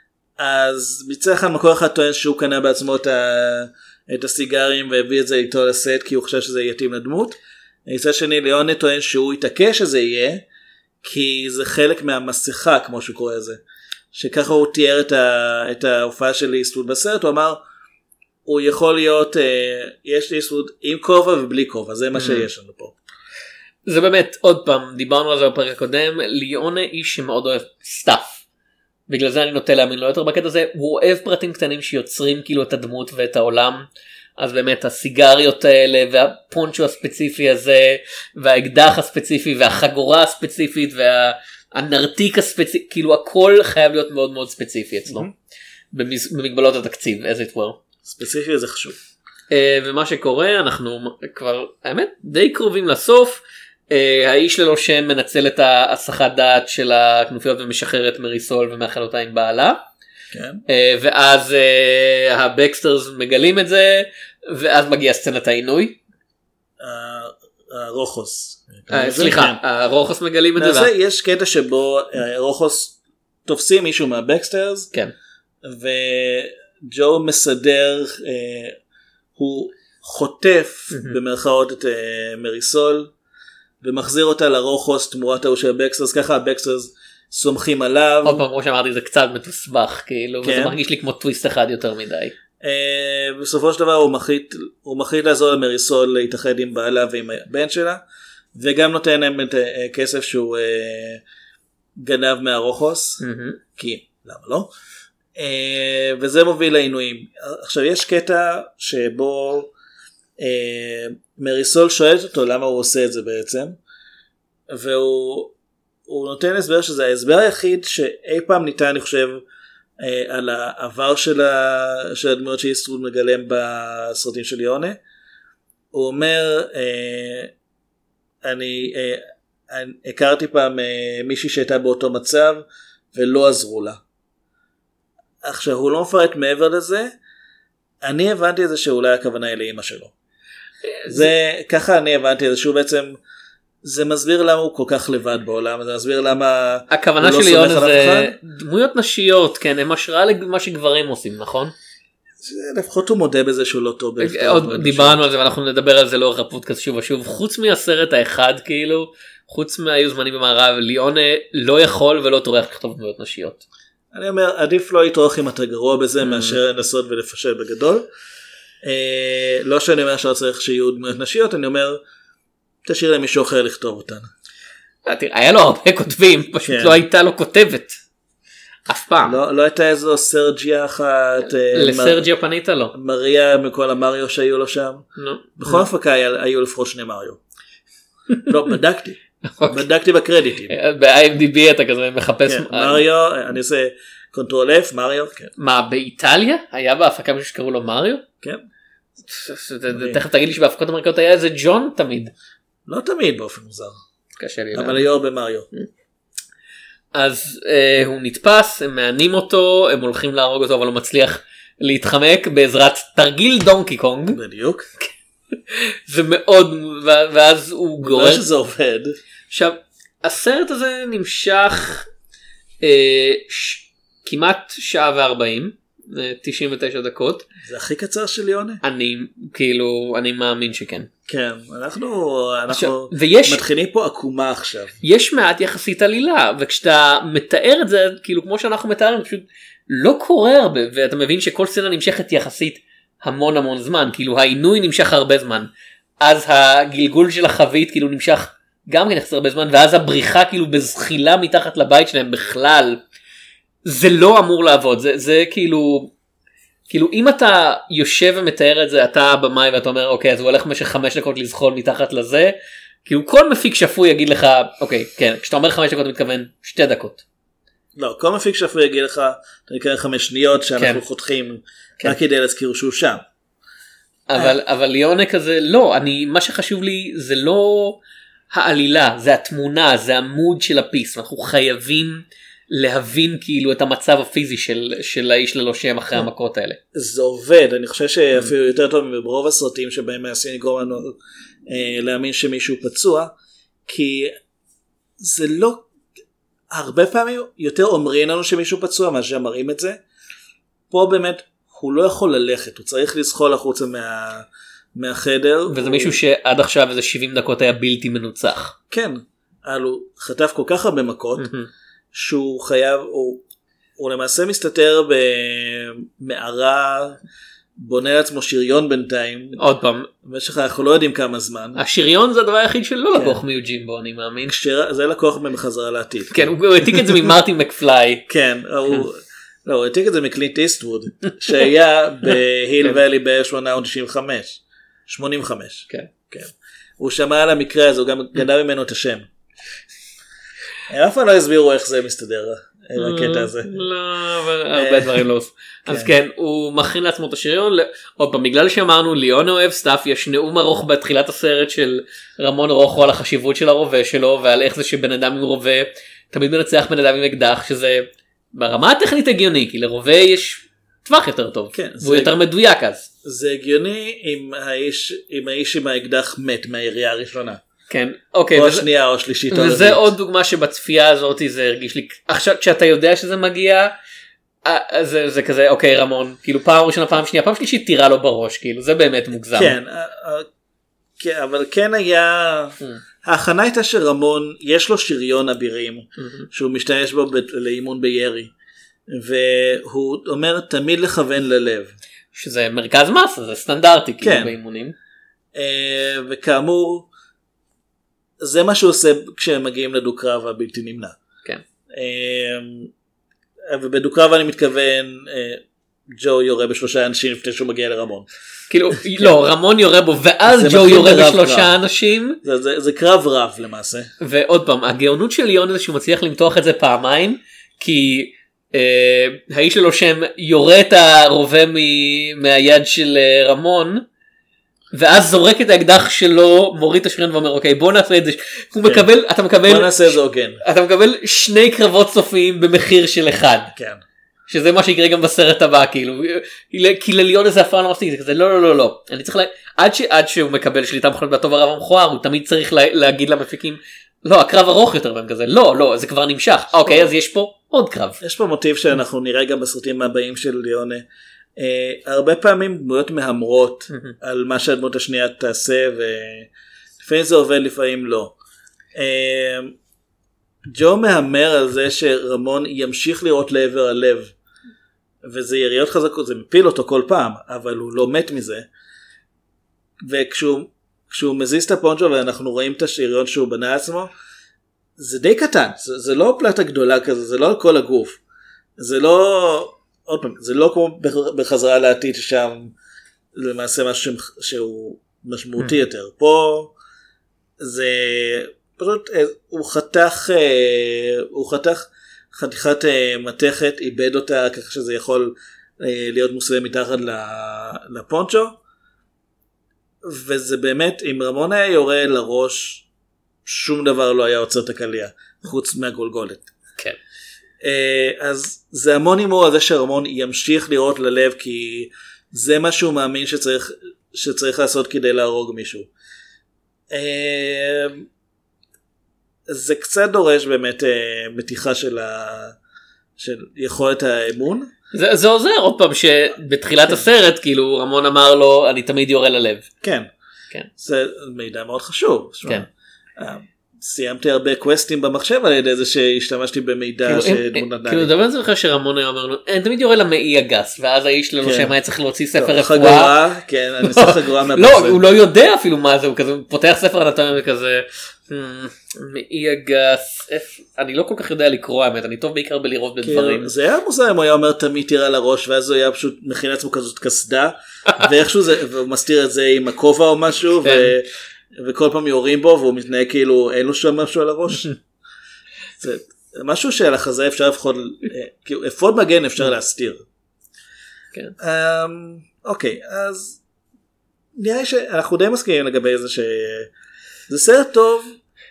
[SPEAKER 6] אז מצד אחד מקור אחד טוען שהוא קנה בעצמו את, ה... את הסיגרים והביא את זה איתו לסט כי הוא חושב שזה יתאים לדמות. מצד שני ליאונה טוען שהוא יתעקש שזה יהיה כי זה חלק מהמסכה כמו שהוא קורא לזה. שככה הוא תיאר את, ה... את ההופעה של איסטווד בסרט. הוא אמר הוא יכול להיות אה, יש לי איסטווד עם כובע ובלי כובע זה מה mm. שיש לנו פה.
[SPEAKER 5] זה באמת עוד פעם דיברנו על זה בפרק הקודם ליאונה איש שמאוד אוהב סטאפ. בגלל זה אני נוטה להאמין לו יותר בקטע הזה, הוא אוהב פרטים קטנים שיוצרים כאילו את הדמות ואת העולם, אז באמת הסיגריות האלה והפונצ'ו הספציפי הזה, והאקדח הספציפי והחגורה הספציפית והנרתיק הספציפי, כאילו הכל חייב להיות מאוד מאוד ספציפי אצלו, במגבלות התקציב, as it were.
[SPEAKER 6] ספציפי זה חשוב.
[SPEAKER 5] ומה שקורה, אנחנו כבר, האמת, די קרובים לסוף, האיש ללא שם מנצל את ההסחת דעת של הכנופיות ומשחרר את מריסול ומאחל אותה עם בעלה.
[SPEAKER 6] כן.
[SPEAKER 5] ואז הבקסטרס מגלים את זה, ואז מגיעה סצנת העינוי.
[SPEAKER 6] הרוחוס.
[SPEAKER 5] סליחה, הרוחוס מגלים את זה.
[SPEAKER 6] יש קטע שבו רוחוס תופסים מישהו מהבקסטרס.
[SPEAKER 5] כן.
[SPEAKER 6] וג'ו מסדר, הוא חוטף במרכאות את מריסול. ומחזיר אותה לרוחוס תמורת ההוא של הבקסטרס, ככה הבקסטרס סומכים עליו.
[SPEAKER 5] עוד פעם, כמו שאמרתי, זה קצת מתוסבך, כאילו, וזה מרגיש לי כמו טוויסט אחד יותר מדי.
[SPEAKER 6] בסופו של דבר הוא מחליט, הוא מחליט לעזור למריסול להתאחד עם בעלה ועם הבן שלה, וגם נותן להם את כסף שהוא גנב מהרוחוס, כי למה לא? וזה מוביל לעינויים. עכשיו יש קטע שבו מריסול שואלת אותו למה הוא עושה את זה בעצם, והוא נותן הסבר שזה ההסבר היחיד שאי פעם ניתן אני חושב על העבר של הדמויות שאיסטווד מגלם בסרטים של ליאונה. הוא אומר אני הכרתי פעם מישהי שהייתה באותו מצב ולא עזרו לה. עכשיו הוא לא מפרט מעבר לזה, אני הבנתי את זה שאולי הכוונה היא לאמא שלו. זה ככה אני הבנתי את זה שהוא בעצם זה מסביר למה הוא כל כך לבד בעולם, זה מסביר למה
[SPEAKER 5] הכוונה של ליאונה זה דמויות נשיות, כן, הם השראה למה שגברים עושים, נכון?
[SPEAKER 6] לפחות הוא מודה בזה שהוא לא טוב.
[SPEAKER 5] עוד דיברנו על זה ואנחנו נדבר על זה לאורך הפודקאסט שוב ושוב. חוץ מהסרט האחד כאילו, חוץ מהיו זמנים במערב, ליאונה לא יכול ולא טורח לכתוב דמויות נשיות.
[SPEAKER 6] אני אומר עדיף לא יתרוך אם אתה גרוע בזה מאשר לנסות ולפשל בגדול. לא שאני אומר שלא צריך שיהיו דמויות נשיות, אני אומר תשאיר להם מישהו אחר לכתוב אותן.
[SPEAKER 5] היה לו הרבה כותבים, פשוט לא הייתה לו כותבת אף פעם.
[SPEAKER 6] לא הייתה איזו סרג'יה אחת.
[SPEAKER 5] לסרג'יה פנית לו.
[SPEAKER 6] מריה מכל המריו שהיו לו שם. בכל הפקה היו לפחות שני מריו. לא, בדקתי. בדקתי בקרדיטים.
[SPEAKER 5] ב-איי אם די בי אתה כזה מחפש.
[SPEAKER 6] מריו, אני עושה קונטרול F, מריו.
[SPEAKER 5] מה, באיטליה? היה בהפקה מישהו שקראו לו מריו?
[SPEAKER 6] כן.
[SPEAKER 5] תכף תגיד לי שבהפקות אמריקאות היה איזה ג'ון תמיד.
[SPEAKER 6] לא תמיד באופן מוזר.
[SPEAKER 5] קשה לי.
[SPEAKER 6] אבל היו הרבה מריו.
[SPEAKER 5] אז הוא נתפס, הם מענים אותו, הם הולכים להרוג אותו אבל הוא מצליח להתחמק בעזרת תרגיל דונקי קונג.
[SPEAKER 6] בדיוק.
[SPEAKER 5] זה מאוד, ואז הוא גורם.
[SPEAKER 6] לא שזה עובד.
[SPEAKER 5] עכשיו, הסרט הזה נמשך כמעט שעה וארבעים, תשעים ותשע דקות.
[SPEAKER 6] זה הכי קצר של ליונה?
[SPEAKER 5] אני כאילו אני מאמין שכן.
[SPEAKER 6] כן, אנחנו, אנחנו
[SPEAKER 5] עכשיו, ויש,
[SPEAKER 6] מתחילים פה עקומה עכשיו.
[SPEAKER 5] יש מעט יחסית עלילה, וכשאתה מתאר את זה כאילו כמו שאנחנו מתארים, פשוט לא קורה הרבה, ואתה מבין שכל סצנה נמשכת יחסית המון המון זמן, כאילו העינוי נמשך הרבה זמן, אז הגלגול של החבית כאילו נמשך גם כן יחסית הרבה זמן, ואז הבריחה כאילו בזחילה מתחת לבית שלהם בכלל, זה לא אמור לעבוד, זה, זה כאילו, כאילו אם אתה יושב ומתאר את זה, אתה במאי ואתה אומר אוקיי, אז הוא הולך במשך חמש דקות לזחול מתחת לזה, כאילו כל מפיק שפוי יגיד לך, אוקיי, כן, כשאתה אומר חמש דקות אתה מתכוון שתי דקות.
[SPEAKER 6] לא, כל מפיק שפוי יגיד לך, אתה נקרא חמש שניות שאנחנו כן. חותכים, כן. רק כדי להזכיר שהוא שם.
[SPEAKER 5] אבל, אבל ליונה כזה, לא, אני, מה שחשוב לי זה לא העלילה, זה התמונה, זה המוד של הפיס, אנחנו חייבים להבין כאילו את המצב הפיזי של, של האיש ללא שם אחרי המכות האלה.
[SPEAKER 6] זה עובד, אני חושב שאפילו יותר טוב מברוב הסרטים שבהם מנסים לגרום לנו אה, להאמין שמישהו פצוע, כי זה לא, הרבה פעמים יותר אומרים לנו שמישהו פצוע מאשר מראים את זה, פה באמת הוא לא יכול ללכת, הוא צריך לזחול החוצה מה, מהחדר. וזה
[SPEAKER 5] הוא... מישהו שעד עכשיו איזה שבעים דקות היה בלתי מנוצח.
[SPEAKER 6] כן, אבל הוא חטף כל כך הרבה מכות, שהוא חייב, הוא, הוא למעשה מסתתר במערה, בונה לעצמו שריון בינתיים.
[SPEAKER 5] עוד פעם.
[SPEAKER 6] במשך אנחנו לא יודעים כמה זמן.
[SPEAKER 5] השריון זה הדבר היחיד שלא כן. לקוח מיוג'ימבו, אני מאמין.
[SPEAKER 6] כשיר, זה לקוח בחזרה לעתיד.
[SPEAKER 5] כן, הוא, הוא העתיק את זה ממרטין מקפליי.
[SPEAKER 6] כן, הוא, לא, הוא העתיק את זה מקלינט איסטווד, שהיה בהיל ואלי ב-אלף שמונה מאות תשעים וחמש. שמונים וחמש.
[SPEAKER 5] כן.
[SPEAKER 6] כן. הוא שמע על המקרה הזה, הוא גם גנב ממנו את השם. אף פעם לא הסבירו איך זה מסתדר הקטע הזה.
[SPEAKER 5] לא, אבל הרבה דברים לא עושים. אז כן, הוא מכין לעצמו את השריון. עוד פעם, בגלל שאמרנו ליונה אוהב סטאפ, יש נאום ארוך בתחילת הסרט של רמון רוחו על החשיבות של הרובה שלו, ועל איך זה שבן אדם עם רובה תמיד מנצח בן אדם עם אקדח, שזה ברמה הטכנית הגיוני, כי לרובה יש טווח יותר טוב, והוא יותר מדויק אז.
[SPEAKER 6] זה הגיוני אם האיש עם האקדח מת מהירייה הראשונה.
[SPEAKER 5] כן, אוקיי.
[SPEAKER 6] או השנייה או השלישית.
[SPEAKER 5] וזה עוד דוגמה שבצפייה הזאת זה הרגיש לי, עכשיו כשאתה יודע שזה מגיע, זה, זה כזה, אוקיי רמון, כאילו פעם ראשונה, פעם שנייה, פעם שלישית תירה לו בראש, כאילו זה באמת מוגזם.
[SPEAKER 6] כן, כן אבל כן היה, ההכנה הייתה שרמון, יש לו שריון אבירים, שהוא משתמש בו לאימון בירי, והוא אומר תמיד לכוון ללב.
[SPEAKER 5] שזה מרכז מסה, זה סטנדרטי כאילו באימונים.
[SPEAKER 6] וכאמור, זה מה שהוא עושה כשהם מגיעים לדו-קרב הבלתי נמנע.
[SPEAKER 5] כן.
[SPEAKER 6] ובדו-קרב אני מתכוון, ג'ו יורה בשלושה אנשים לפני שהוא מגיע לרמון.
[SPEAKER 5] כאילו, לא, רמון יורה בו, ואז ג'ו יורה בשלושה אנשים.
[SPEAKER 6] זה קרב רב למעשה.
[SPEAKER 5] ועוד פעם, הגאונות של ליון זה שהוא מצליח למתוח את זה פעמיים, כי האיש שלו שם יורה את הרובה מהיד של רמון, ואז זורק את האקדח שלו, מוריד את השריון ואומר אוקיי בוא נעשה את זה, הוא מקבל, אתה מקבל,
[SPEAKER 6] בוא נעשה את זה הוגן,
[SPEAKER 5] אתה מקבל שני קרבות סופיים במחיר של אחד,
[SPEAKER 6] כן,
[SPEAKER 5] שזה מה שיקרה גם בסרט הבא, כאילו, כי לליון הזה אף פעם לא מפסיק, זה כזה לא לא לא לא, אני צריך, עד שעד שהוא מקבל שליטה מוחלטת בטוב הרב המכוער, הוא תמיד צריך להגיד למפיקים, לא הקרב ארוך יותר בהם כזה, לא לא זה כבר נמשך, אוקיי אז יש פה עוד קרב,
[SPEAKER 6] יש פה מוטיב שאנחנו נראה גם בסרטים הבאים של ליונה. Uh, הרבה פעמים דמויות מהמרות mm-hmm. על מה שהדמות השנייה תעשה, ולפעמים זה עובד לפעמים לא. uh, ג'ו מהמר על זה שרמון ימשיך לראות לעבר הלב, וזה יריות חזקות, זה מפיל אותו כל פעם, אבל הוא לא מת מזה, וכשהוא כשהוא מזיז את הפונצ'ו ואנחנו רואים את השריון שהוא בנה עצמו, זה די קטן, זה, זה לא פלטה גדולה כזה, זה לא על כל הגוף, זה לא... עוד פעם, זה לא כמו בחזרה לעתיד ששם למעשה משהו שהוא משמעותי יותר. פה זה פשוט, הוא חתך, הוא חתך חתיכת מתכת, איבד אותה ככה שזה יכול להיות מוסווה מתחת לפונצ'ו, וזה באמת, אם רמון היה יורה לראש, שום דבר לא היה עוצר את הקליה, חוץ מהגולגולת.
[SPEAKER 5] כן.
[SPEAKER 6] אז זה המון אימור על זה שרמון ימשיך לראות ללב, כי זה מה שהוא מאמין שצריך, שצריך לעשות כדי להרוג מישהו. זה קצת דורש באמת מתיחה של, ה, של יכולת האמון.
[SPEAKER 5] זה, זה עוזר עוד פעם שבתחילת כן. הסרט כאילו רמון אמר לו אני תמיד יורה ללב.
[SPEAKER 6] כן.
[SPEAKER 5] כן.
[SPEAKER 6] זה מידע מאוד חשוב.
[SPEAKER 5] כן.
[SPEAKER 6] סיימתי הרבה קווסטים במחשב על ידי זה שהשתמשתי במידע שדמות נתנה לי.
[SPEAKER 5] כאילו דבר זה לך שרמון היה אומר לו אני תמיד יורה למעי הגס ואז האיש שלו שם היה צריך להוציא ספר רפואה.
[SPEAKER 6] חגורה, כן, אני עושה חגורה מהפרסם.
[SPEAKER 5] לא, הוא לא יודע אפילו מה זה, הוא כזה פותח ספר אנטומיה וכזה מעי הגס, אני לא כל כך יודע לקרוא האמת, אני טוב בעיקר בלראות בדברים.
[SPEAKER 6] זה היה מוזר אם הוא היה אומר תמיד תירה לראש ואז הוא היה פשוט מכין לעצמו כזאת קסדה ואיכשהו זה, והוא מסתיר את זה עם הכובע או משהו וכל פעם יורים בו והוא מתנהג כאילו אין לו שם משהו על הראש. זה משהו שעל החזה אפשר לפחות, כאילו אפוד מגן אפשר להסתיר. אוקיי, אז נראה שאנחנו די מסכימים לגבי זה שזה סרט טוב,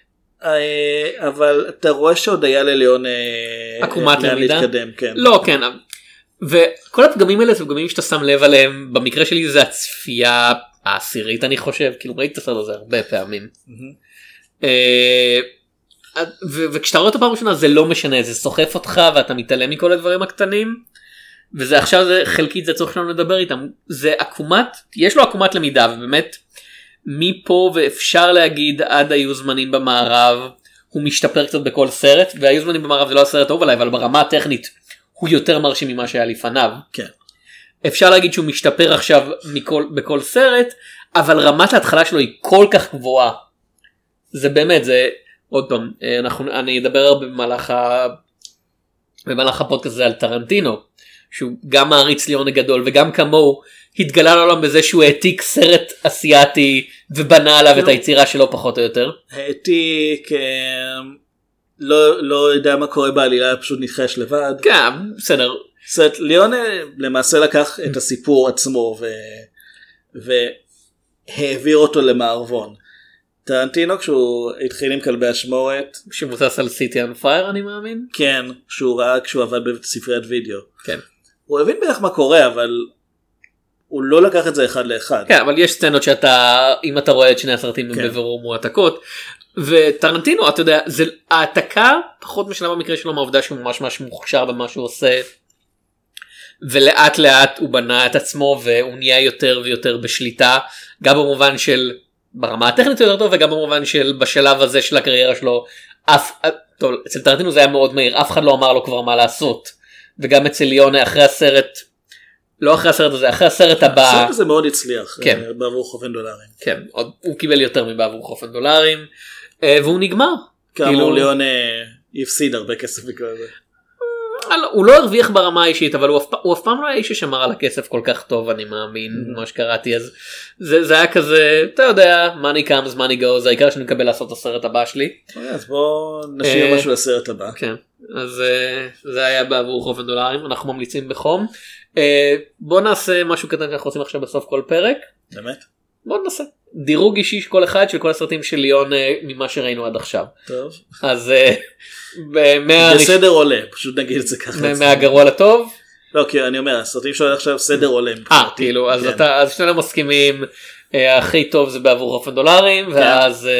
[SPEAKER 6] אבל אתה רואה שעוד היה לליון
[SPEAKER 5] עקומת למידה?
[SPEAKER 6] כן.
[SPEAKER 5] לא, כן. וכל הפגמים האלה זה פגמים שאתה שם לב עליהם, במקרה שלי זה הצפייה העשירית אני חושב, כאילו ראיתי את הסרט הזה הרבה פעמים. וכשאתה רואה את הפעם ראשונה זה לא משנה, זה סוחף אותך ואתה מתעלם מכל הדברים הקטנים, וזה עכשיו זה חלקית זה צורך שלנו לדבר איתם, זה עקומת, יש לו עקומת למידה ובאמת מפה ואפשר להגיד עד היו זמנים במערב, הוא משתפר קצת בכל סרט, והיו זמנים במערב זה לא הסרט טוב עליי, אבל ברמה הטכנית הוא יותר מרשים ממה שהיה לפניו.
[SPEAKER 6] כן.
[SPEAKER 5] אפשר להגיד שהוא משתפר עכשיו מכל, בכל סרט, אבל רמת ההתחלה שלו היא כל כך גבוהה. זה באמת, זה, עוד פעם, אנחנו, אני אדבר הרבה במהלך, ה, במהלך הפודקאסט הזה על טרנטינו, שהוא גם מעריץ ליון הגדול, וגם כמוהו, התגלה לעולם בזה שהוא העתיק סרט אסיאתי, ובנה עליו את היצירה שלו פחות או יותר.
[SPEAKER 6] העתיק, לא, לא יודע מה קורה בעלילה, פשוט נחש לבד.
[SPEAKER 5] כן, בסדר.
[SPEAKER 6] זאת, ליון למעשה לקח את הסיפור עצמו ו... והעביר אותו למערבון. טרנטינו כשהוא התחיל עם כלבי השמורת.
[SPEAKER 5] שמבוסס על סיטי און פייר אני מאמין.
[SPEAKER 6] כן, שהוא ראה כשהוא עבד בספריית וידאו.
[SPEAKER 5] כן.
[SPEAKER 6] הוא הבין בערך מה קורה אבל הוא לא לקח את זה אחד לאחד.
[SPEAKER 5] כן, אבל יש סצנות שאתה, אם אתה רואה את שני הסרטים כן. בבירור מועתקות. וטרנטינו, אתה יודע, זה העתקה פחות משנה במקרה שלו מהעובדה שהוא ממש ממש מוכשר במה שהוא עושה. ולאט לאט הוא בנה את עצמו והוא נהיה יותר ויותר בשליטה, גם במובן של ברמה הטכנית יותר טוב וגם במובן של בשלב הזה של הקריירה שלו, אף, טוב, אצל טרנטינו זה היה מאוד מהיר, אף אחד לא אמר לו כבר מה לעשות, וגם אצל ליונה אחרי הסרט, לא אחרי הסרט הזה, אחרי הסרט הבא,
[SPEAKER 6] הסרט הזה מאוד הצליח,
[SPEAKER 5] כן.
[SPEAKER 6] בעבור חופן דולרים.
[SPEAKER 5] כן, הוא קיבל יותר מבעבור חופן דולרים, והוא נגמר.
[SPEAKER 6] כאמור כאילו... ליונה יפסיד הרבה כסף בגלל זה.
[SPEAKER 5] הוא לא הרוויח ברמה האישית אבל הוא אף, הוא אף פעם לא היה איש ששמר על הכסף כל כך טוב אני מאמין מה שקראתי אז זה, זה היה כזה אתה יודע money comes money goes העיקר שאני מקבל לעשות את הסרט הבא שלי
[SPEAKER 6] אז בוא נשאיר משהו לסרט הבא.
[SPEAKER 5] כן אז זה היה בעבור חופן דולרים אנחנו ממליצים בחום. בוא נעשה משהו קטן שאנחנו רוצים עכשיו בסוף כל פרק.
[SPEAKER 6] באמת?
[SPEAKER 5] בוא נעשה דירוג אישי של כל אחד של כל הסרטים של ליון ממה שראינו עד עכשיו.
[SPEAKER 6] טוב.
[SPEAKER 5] אז
[SPEAKER 6] בסדר עולה, פשוט נגיד את זה ככה.
[SPEAKER 5] מהגרוע לטוב?
[SPEAKER 6] לא, כי אני אומר, הסרטים שלו עכשיו סדר עולה.
[SPEAKER 5] אה, כאילו, אז אתה, אז שנינו מסכימים, הכי טוב זה בעבור חופן דולרים, ואז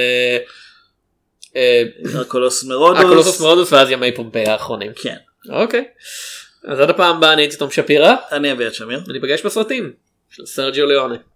[SPEAKER 6] הקולוס מרודוס.
[SPEAKER 5] הקולוס מרודוס, ואז ימי פומפיי האחרונים.
[SPEAKER 6] כן.
[SPEAKER 5] אוקיי. אז עד הפעם הבאה אני הייתי תום שפירא.
[SPEAKER 6] אני אביעד שמיר.
[SPEAKER 5] וניפגש בסרטים של סרג'יו ליונה.